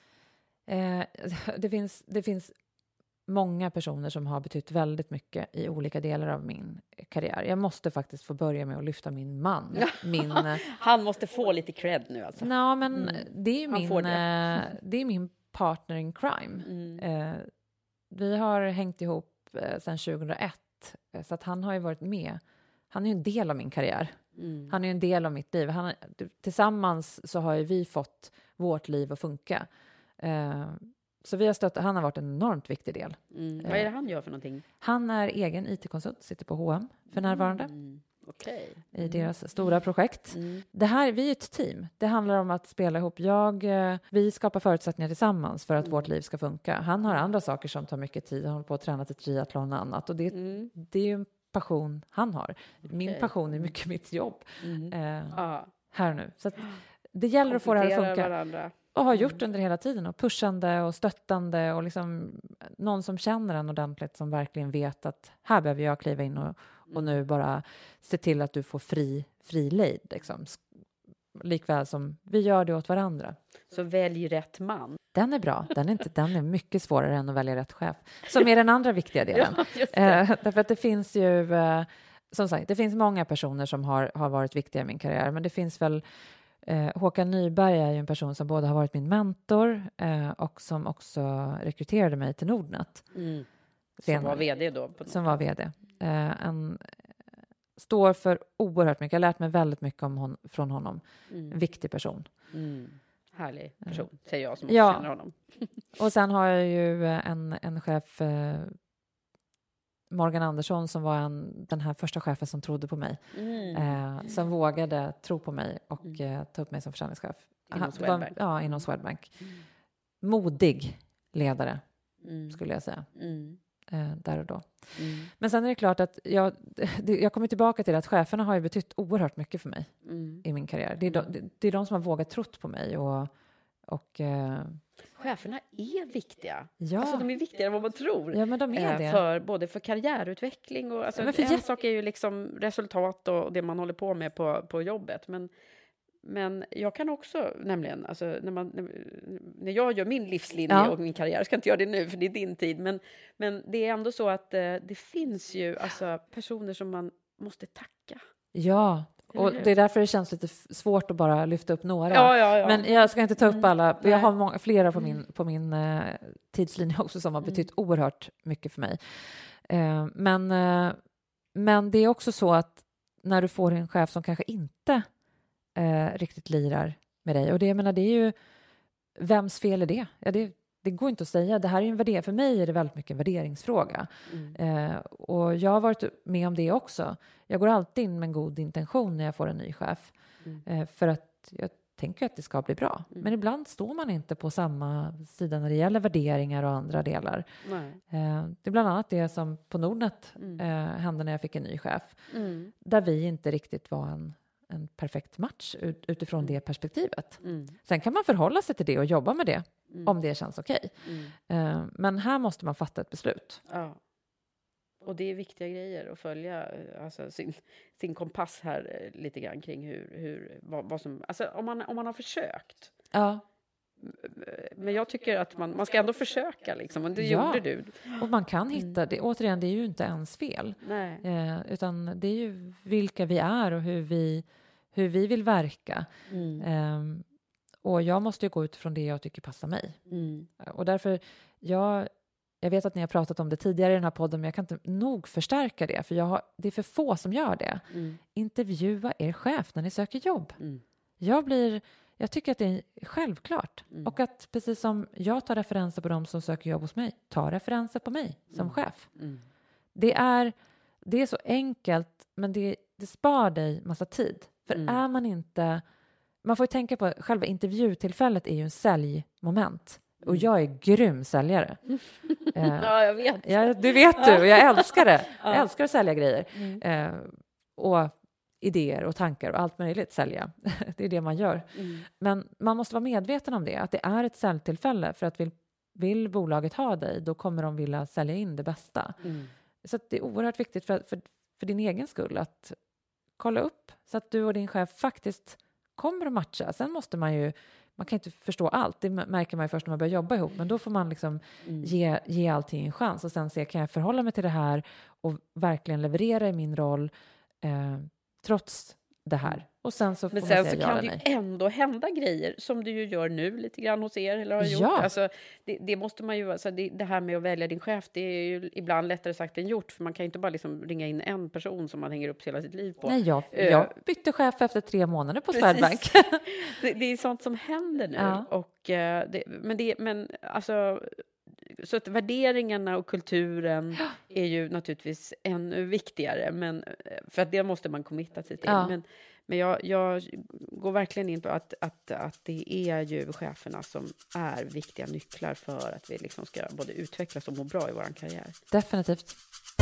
Det finns många personer som har betytt väldigt mycket i olika delar av min karriär. Jag måste faktiskt få börja med att lyfta min man. Han måste få lite cred nu alltså. Nej, men det är min partner in crime. Vi har hängt ihop sedan 2001. Så att han har ju varit med. Han är ju en del av min karriär. Han är ju en del av mitt liv. Tillsammans så har ju vi fått vårt liv att funka. Så vi har han har varit en enormt viktig del. Vad är det han gör för någonting? Han är egen IT-konsult, sitter på H&M för närvarande. Okay. I deras stora projekt. Vi är ett team. Det handlar om att spela ihop. Vi skapar förutsättningar tillsammans för att vårt liv ska funka. Han har andra saker som tar mycket tid. Han håller på att träna till triathlon och annat. Och det är ju en passion han har. Min passion är mycket mitt jobb. Här nu. Så att det gäller att få det här att funka. Varandra. Och har gjort under hela tiden. Och pushande och stöttande. Och liksom någon som känner en ordentligt. Som verkligen vet att här behöver jag kliva in och nu bara se till att du får fri lejd. Liksom. Likväl som vi gör det åt varandra. Så välj rätt man. Den är bra. Den är mycket svårare än att välja rätt chef. Som är den andra viktiga delen. Därför att det finns ju... som sagt, det finns många personer som har varit viktiga i min karriär. Men det finns väl... Håkan Nyberg är ju en person som både har varit min mentor och som också rekryterade mig till Nordnet. Som var vd då? Som var vd. Står för oerhört mycket. Jag har lärt mig väldigt mycket från honom. En viktig person. Härlig person, säger jag som också känner honom. Och sen har jag ju en chef, Morgan Andersson, som var den här första chefen som trodde på mig. Som vågade tro på mig och ta upp mig som försäljningschef. Inom Swedbank. Inom Swedbank. Modig ledare, skulle jag säga. Där och då. Men sen är det klart att jag kommer tillbaka till att cheferna har ju betytt oerhört mycket för mig i min karriär. Det är de som har vågat trott på mig och cheferna är viktiga. Ja. Alltså de är viktigare än vad man tror. Ja, men de är det. Både för karriärutveckling och alltså, men en sak är ju liksom resultat och det man håller på med på jobbet. Men Men jag kan också, nämligen, alltså, när jag gör min livslinje och min karriär, jag ska inte göra det nu för det är din tid, men det är ändå så att det finns ju alltså, personer som man måste tacka. Ja, och det är därför det känns lite svårt att bara lyfta upp några. Ja. Men jag ska inte ta upp alla. Jag har flera på min tidslinje också som har betytt oerhört mycket för mig. Men det är också så att när du får en chef som kanske inte riktigt lirar med dig. Och det är ju, vems fel är det? Ja, det går inte att säga. Det här är en värdering. För mig är det väldigt mycket en värderingsfråga. Och jag har varit med om det också. Jag går alltid in med en god intention när jag får en ny chef. För att jag tänker att det ska bli bra. Men ibland står man inte på samma sida när det gäller värderingar och andra delar. Det är bland annat det som på Nordnet hände när jag fick en ny chef. Där vi inte riktigt var en perfekt match utifrån det perspektivet. Sen kan man förhålla sig till det och jobba med det om det känns okej. Men här måste man fatta ett beslut. Ja. Och det är viktiga grejer att följa alltså, sin kompass här lite grann kring vad som... Alltså om man har försökt. Ja. Men jag tycker att man ska ändå försöka liksom. Och det gjorde du. Och man kan hitta det. Återigen, det är ju inte ens fel. Nej. Utan det är ju vilka vi är och hur vi vill verka. Och jag måste ju gå utifrån det jag tycker passar mig. Och därför, jag vet att ni har pratat om det tidigare i den här podden, men jag kan inte nog förstärka det. För det är för få som gör det. Intervjua er chef när ni söker jobb. Jag tycker att det är självklart. Och att precis som jag tar referenser på dem som söker jobb hos mig, ta referenser på mig som chef. Det är så enkelt, men det spar dig massa tid. För är man inte... Man får ju tänka på själva intervjutillfället är ju en säljmoment. Och jag är grym säljare. Ja, jag vet. Du vet du, och jag älskar det. Jag älskar att sälja grejer. Och idéer och tankar och allt möjligt sälja. Det är det man gör. Men man måste vara medveten om det. Att det är ett säljtillfälle. För att vill bolaget ha dig, då kommer de vilja sälja in det bästa. Så att det är oerhört viktigt för din egen skull att kolla upp. Så att du och din chef faktiskt kommer att matcha. Sen måste man kan inte förstå allt. Det märker man ju först när man börjar jobba ihop. Men då får man liksom ge allting en chans. Och sen se, kan jag förhålla mig till det här och verkligen leverera i min roll trots det här. Och sen så får men man sen säga så kan det ju ändå hända grejer som du ju gör nu lite grann hos er eller har gjort. Alltså, det måste man ju, alltså det här med att välja din chef, det är ju ibland lättare sagt än gjort, för man kan ju inte bara liksom ringa in en person som man hänger upp hela sitt liv på. Nej, jag bytte chef efter 3 månader på Swedbank. Det är sånt som händer nu. Ja. Och, men alltså, så att värderingarna och kulturen är ju naturligtvis ännu viktigare, men för att det måste man committa sig till. Ja. Men jag går verkligen in på att det är ju cheferna som är viktiga nycklar för att vi liksom ska både utvecklas och må bra i vår karriär. Definitivt.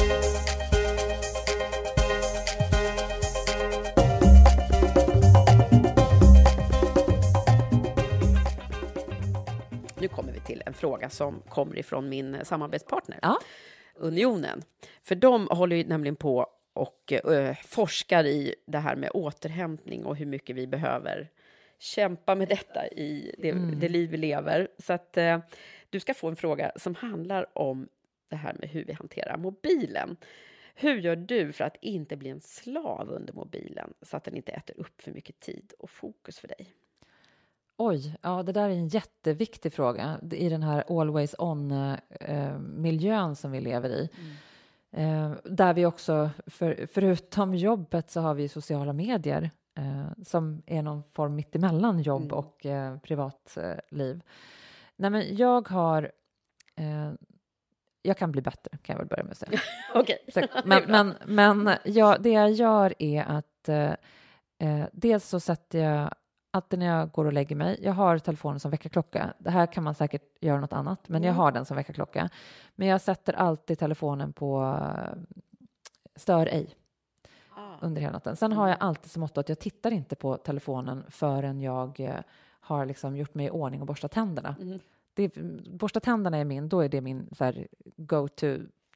Nu kommer vi till en fråga som kommer ifrån min samarbetspartner, Unionen. För de håller ju nämligen på och forskar i det här med återhämtning och hur mycket vi behöver kämpa med detta i det liv vi lever. Så att du ska få en fråga som handlar om det här med hur vi hanterar mobilen. Hur gör du för att inte bli en slav under mobilen så att den inte äter upp för mycket tid och fokus för dig? Oj, ja, det där är en jätteviktig fråga i den här always on-miljön som vi lever i. Där vi också, förutom jobbet så har vi sociala medier som är någon form mitt emellan jobb och privatliv. Nej, men jag kan bli bättre, kan jag väl börja med att säga. Okej. Men det jag gör är att dels så sätter jag alltid när jag går och lägger mig. Jag har telefonen som väckarklocka. Det här kan man säkert göra något annat. Men jag har den som väckarklocka. Men jag sätter alltid telefonen på stör ej. Under hela natten. Sen har jag alltid som motto att jag tittar inte på telefonen förrän jag har liksom gjort mig i ordning och borstat tänderna. Borsta tänderna är då är det min så här, go-to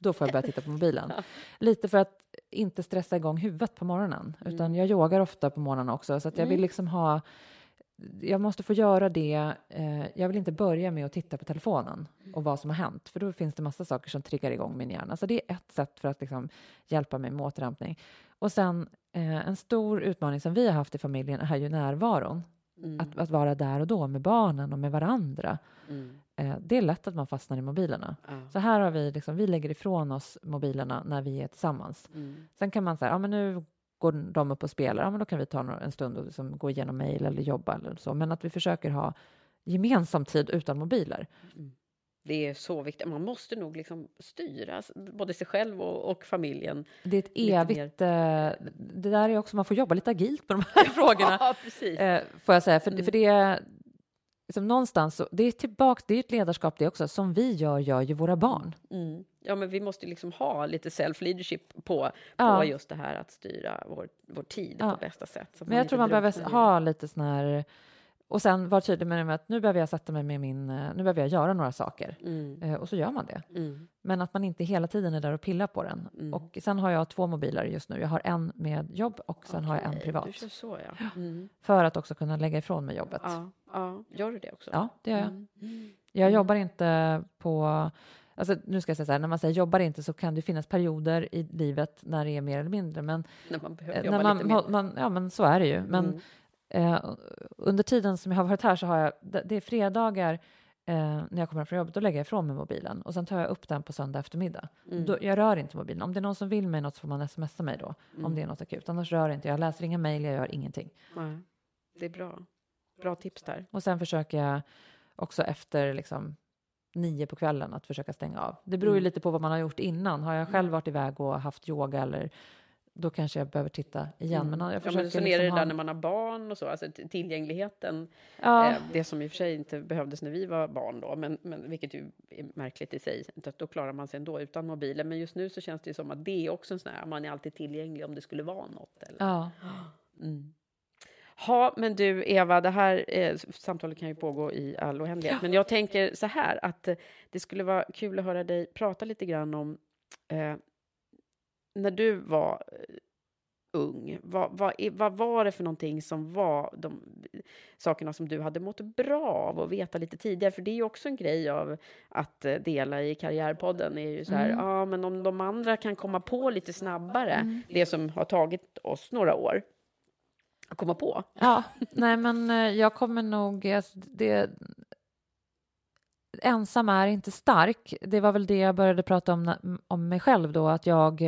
då får jag börja titta på mobilen. Lite för att inte stressa igång huvudet på morgonen. Utan jag yogar ofta på morgonen också. Så att jag vill liksom jag måste få göra det. Jag vill inte börja med att titta på telefonen och vad som har hänt. För då finns det massa saker som triggar igång min hjärna. Så det är ett sätt för att liksom hjälpa mig med återhämtning. Och sen en stor utmaning som vi har haft i familjen är ju närvaron. Att vara där och då med barnen och med varandra. Det är lätt att man fastnar i mobilerna. Så här har vi liksom, vi lägger ifrån oss mobilerna när vi är tillsammans. Sen kan man säga, men nu går de upp och spelar. Men då kan vi ta en stund och liksom gå igenom mejl eller jobba eller så. Men att vi försöker ha gemensam tid utan mobiler. Det är så viktigt. Man måste nog liksom styra både sig själv och familjen. Det är ett evigt... det där är också, man får jobba lite agilt på de här frågorna. Ja, precis. Får jag säga. För det är liksom någonstans, så, det är tillbaka, det är ett ledarskap det också. Som vi gör ju våra barn. Ja, men vi måste liksom ha lite self-leadership på just det här att styra vår tid på bästa sätt. Så men jag tror man behöver ha lite sån här... Och sen var tydlig med att nu behöver jag sätta mig med nu behöver jag göra några saker. Och så gör man det. Men att man inte hela tiden är där och pillar på den. Och sen har jag 2 mobiler just nu. Jag har en med jobb och sen har jag en privat. Du kör så, ja. För att också kunna lägga ifrån mig jobbet. Ja. Gör du det också? Ja, det gör jag. Jag jobbar inte på... Alltså, nu ska jag säga så här, när man säger jobbar inte så kan det finnas perioder i livet när det är mer eller mindre. Men när man behöver jobba lite mer. Ja, men så är det ju. Men... under tiden som jag har varit här så har jag, det är fredagar när jag kommer från jobbet, då lägger jag ifrån mig mobilen och sen tar jag upp den på söndag eftermiddag. Jag rör inte mobilen. Om det är någon som vill mig något så får man smsa mig då, om det är något akut. Annars rör inte jag läser inga mejl, jag gör ingenting. Det är bra tips där. Och sen försöker jag också efter liksom 9 på kvällen att försöka stänga av. Det beror ju lite på vad man har gjort innan. Har jag själv varit iväg och haft yoga eller då kanske jag behöver titta igen. Men jag försöker så liksom är det där när man har barn och så. Alltså tillgängligheten. Det som i och för sig inte behövdes när vi var barn då. Men vilket ju är märkligt i sig. Då klarar man sig ändå utan mobilen. Men just nu så känns det ju som att det är också en sån här. Man är alltid tillgänglig om det skulle vara något. Eller? Ja. Ja, men du Eva, det här samtalet kan ju pågå i all oändlighet. Men jag tänker så här att det skulle vara kul att höra dig prata lite grann om när du var ung, vad var det för någonting som var de sakerna som du hade mått bra av att veta lite tidigare? För det är ju också en grej av att dela i Karriärpodden är ju så här, men om de andra kan komma på lite snabbare det som har tagit oss några år att komma på. Ja, nej men jag kommer nog, ensam är inte stark. Det var väl det jag började prata om mig själv då. Att jag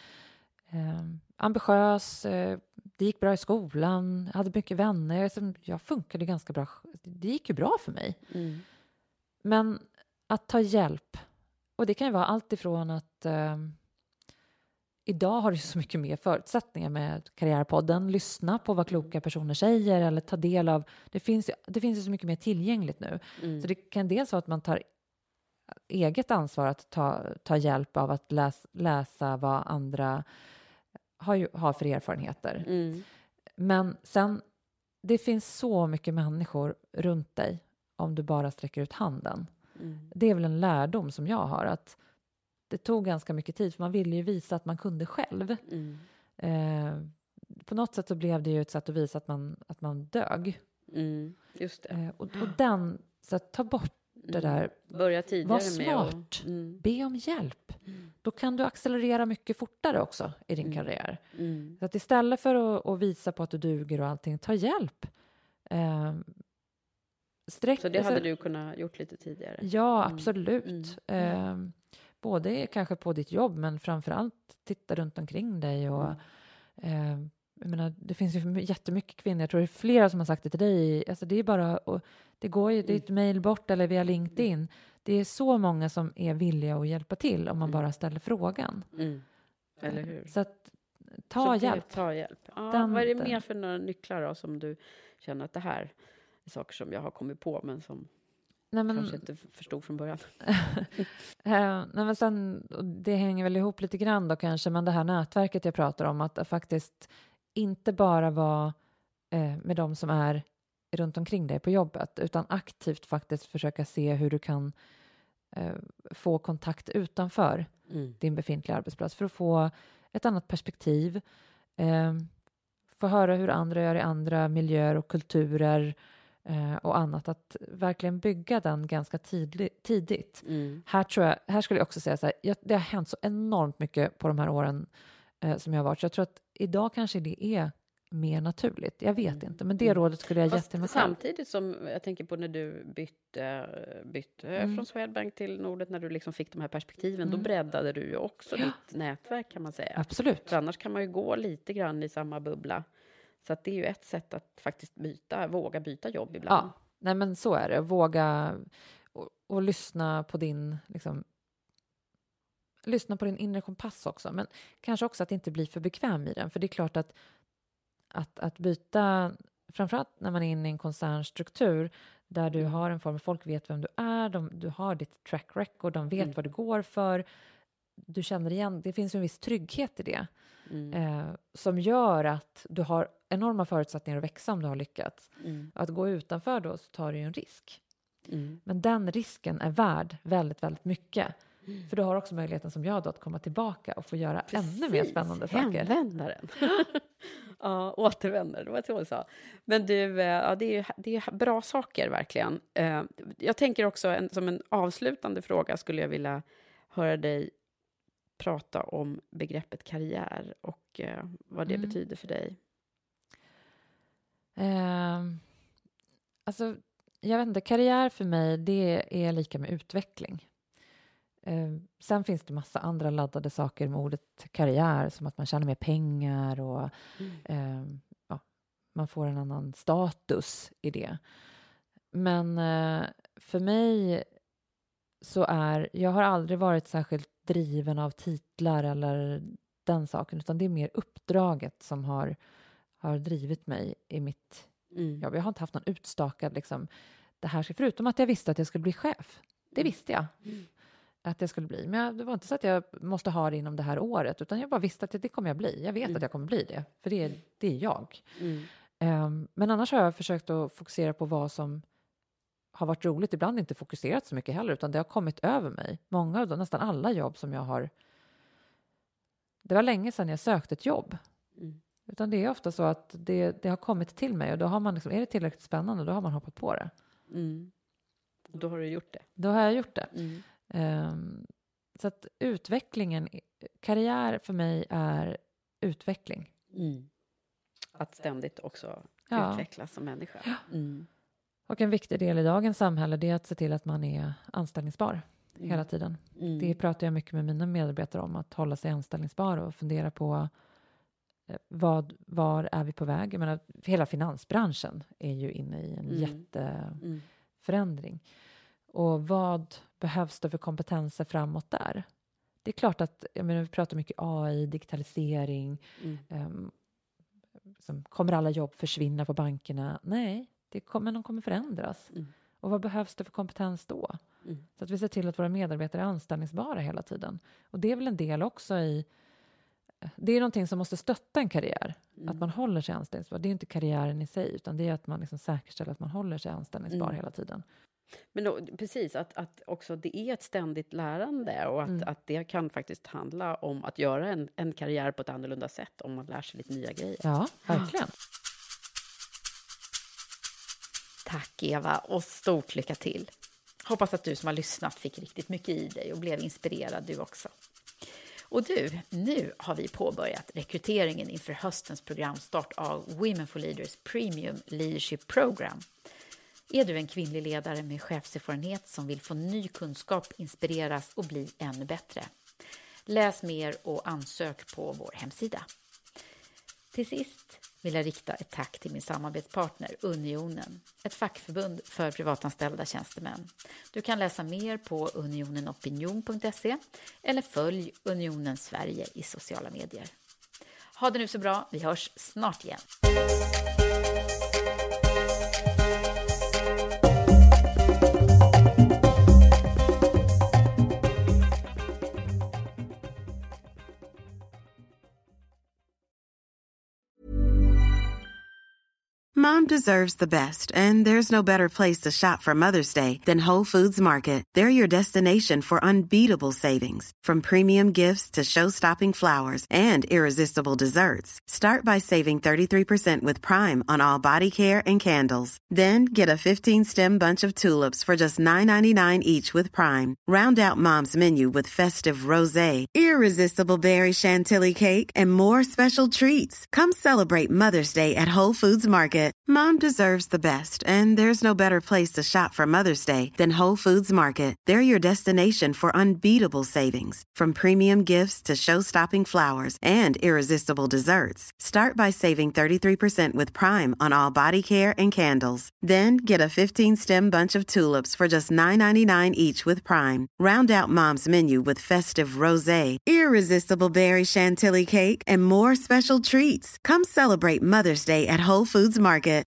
ambitiös, det gick bra i skolan, hade mycket vänner. Jag funkade ganska bra. Det gick ju bra för mig. Men att ta hjälp. Och det kan ju vara allt ifrån att idag har du så mycket mer förutsättningar med Karriärpodden. Lyssna på vad kloka personer säger eller ta del av. Det finns ju så mycket mer tillgängligt nu. Så det kan dels vara att man tar eget ansvar att ta hjälp av att läsa vad andra har för erfarenheter. Men sen, det finns så mycket människor runt dig om du bara sträcker ut handen. Det är väl en lärdom som jag har, att det tog ganska mycket tid, för man ville ju visa att man kunde själv. På något sätt så blev det ju ett sätt att visa att man dög. Just det. Och den, så att ta bort det där. Börja tidigare var smart. Be om hjälp. Då kan du accelerera mycket fortare också i din karriär. Så att istället för att visa på att du duger och allting, ta hjälp. Så det hade du kunnat gjort lite tidigare? Ja, absolut. Både kanske på ditt jobb, men framförallt titta runt omkring dig. Och, jag menar, det finns ju jättemycket kvinnor. Jag tror det är flera som har sagt det till dig. Alltså det är bara, det går ju, det är ett mejl bort eller via LinkedIn. Det är så många som är villiga att hjälpa till om man bara ställer frågan. Eller hur? Så att ta hjälp. Ta hjälp. Ja, vad är det mer för några nycklar då, som du känner att det här är saker som jag har kommit på men som kanske inte förstod från början? Nej, men sen, det hänger väl ihop lite grann då kanske, men det här nätverket jag pratar om, att faktiskt inte bara vara med de som är runt omkring dig på jobbet, utan aktivt faktiskt försöka se hur du kan få kontakt utanför din befintliga arbetsplats för att få ett annat perspektiv. Få höra hur andra gör i andra miljöer och kulturer och annat. Att verkligen bygga den ganska tidigt. Här skulle jag också säga så här, det har hänt så enormt mycket på de här åren som jag har varit. Så jag tror att idag kanske det är mer naturligt. Jag vet inte, men det rådet skulle jag ge till mig själv. Samtidigt som jag tänker på när du bytte från Swedbank till Nordnet, när du liksom fick de här perspektiven, då breddade du ju också ditt nätverk, kan man säga. Absolut. För annars kan man ju gå lite grann i samma bubbla. Så att det är ju ett sätt att faktiskt våga byta jobb ibland. Ja, nej men så är det. Våga och lyssna på din lyssna på din inre kompass också. Men kanske också att inte bli för bekväm i den. För det är klart att byta, framförallt när man är inne i en koncernstruktur där du har en form av, folk vet vem du är, du har ditt track record, de vet vad du går för, du känner igen, det finns en viss trygghet i det som gör att du har enorma förutsättningar att växa om du har lyckats. Att gå utanför då, så tar du ju en risk. Men den risken är värd väldigt, väldigt mycket. För du har också möjligheten som jag då att komma tillbaka och få göra ännu mer spännande saker. Hemvändaren. Ja, återvändare, det var så jag sa. Men du, ja, det är bra saker verkligen. Jag tänker också, som en avslutande fråga skulle jag vilja höra dig prata om begreppet karriär och vad det betyder för dig. Alltså, jag vet inte, karriär för mig, det är lika med utveckling. Sen finns det massa andra laddade saker med ordet karriär, som att man tjänar mer pengar och man får en annan status i det. Men för mig så jag har aldrig varit särskilt driven av titlar eller den saken, utan det är mer uppdraget som har drivit mig i mitt jobb. Jag har inte haft någon utstakad det här, förutom att jag visste att jag skulle bli chef. Det visste jag. Att jag skulle bli. Men det var inte så att jag måste ha det inom det här året, utan jag bara visste att det kommer jag bli. Jag vet att jag kommer bli det, för det är jag. Men annars har jag försökt att fokusera på vad som har varit roligt. Ibland inte fokuserat så mycket heller, utan det har kommit över mig. Många av nästan alla jobb som jag har... Det var länge sedan jag sökte ett jobb. Utan det är ofta så att det har kommit till mig, och då har man är det tillräckligt spännande, då har man hoppat på det. Då har du gjort det. Då har jag gjort det. Så att utvecklingen, karriär för mig är utveckling. Att ständigt också utvecklas som människa. Och en viktig del i dagens samhälle, det är att se till att man är anställningsbar hela tiden. Det pratar jag mycket med mina medarbetare om, att hålla sig anställningsbar och fundera på var är vi på väg. Jag menar, hela finansbranschen är ju inne i en jätteförändring. Och vad behövs det för kompetenser framåt där? Det är klart att, vi pratar mycket AI, digitalisering. Kommer alla jobb försvinna på bankerna? Nej, de kommer förändras. Och vad behövs det för kompetens då? Så att vi ser till att våra medarbetare är anställningsbara hela tiden. Och det är väl en del också det är någonting som måste stötta en karriär. Att man håller sig anställningsbar. Det är inte karriären i sig, utan det är att man säkerställer att man håller sig anställningsbar hela tiden. Men då, precis, att också det är ett ständigt lärande, och att det kan faktiskt handla om att göra en karriär på ett annorlunda sätt om man lär sig lite nya grejer. Ja, verkligen. Tack Eva, och stort lycka till. Hoppas att du som har lyssnat fick riktigt mycket i dig och blev inspirerad du också. Och nu har vi påbörjat rekryteringen inför höstens programstart av Women for Leaders Premium Leadership Program. Är du en kvinnlig ledare med chefserfarenhet som vill få ny kunskap, inspireras och bli ännu bättre? Läs mer och ansök på vår hemsida. Till sist vill jag rikta ett tack till min samarbetspartner Unionen, ett fackförbund för privatanställda tjänstemän. Du kan läsa mer på unionenopinion.se eller följ Unionen Sverige i sociala medier. Ha det nu så bra, vi hörs snart igen. Mom deserves the best, and there's no better place to shop for Mother's Day than Whole Foods Market. They're your destination for unbeatable savings, from premium gifts to show-stopping flowers and irresistible desserts. Start by saving 33% with Prime on all body care and candles. Then get a 15-stem bunch of tulips for just $9.99 each with Prime. Round out Mom's menu with festive rosé, irresistible berry chantilly cake, and more special treats. Come celebrate Mother's Day at Whole Foods Market. Mom deserves the best, and there's no better place to shop for Mother's Day than Whole Foods Market. They're your destination for unbeatable savings, from premium gifts to show-stopping flowers and irresistible desserts. Start by saving 33% with Prime on all body care and candles. Then get a 15-stem bunch of tulips for just $9.99 each with Prime. Round out Mom's menu with festive rosé, irresistible berry chantilly cake, and more special treats. Come celebrate Mother's Day at Whole Foods Market.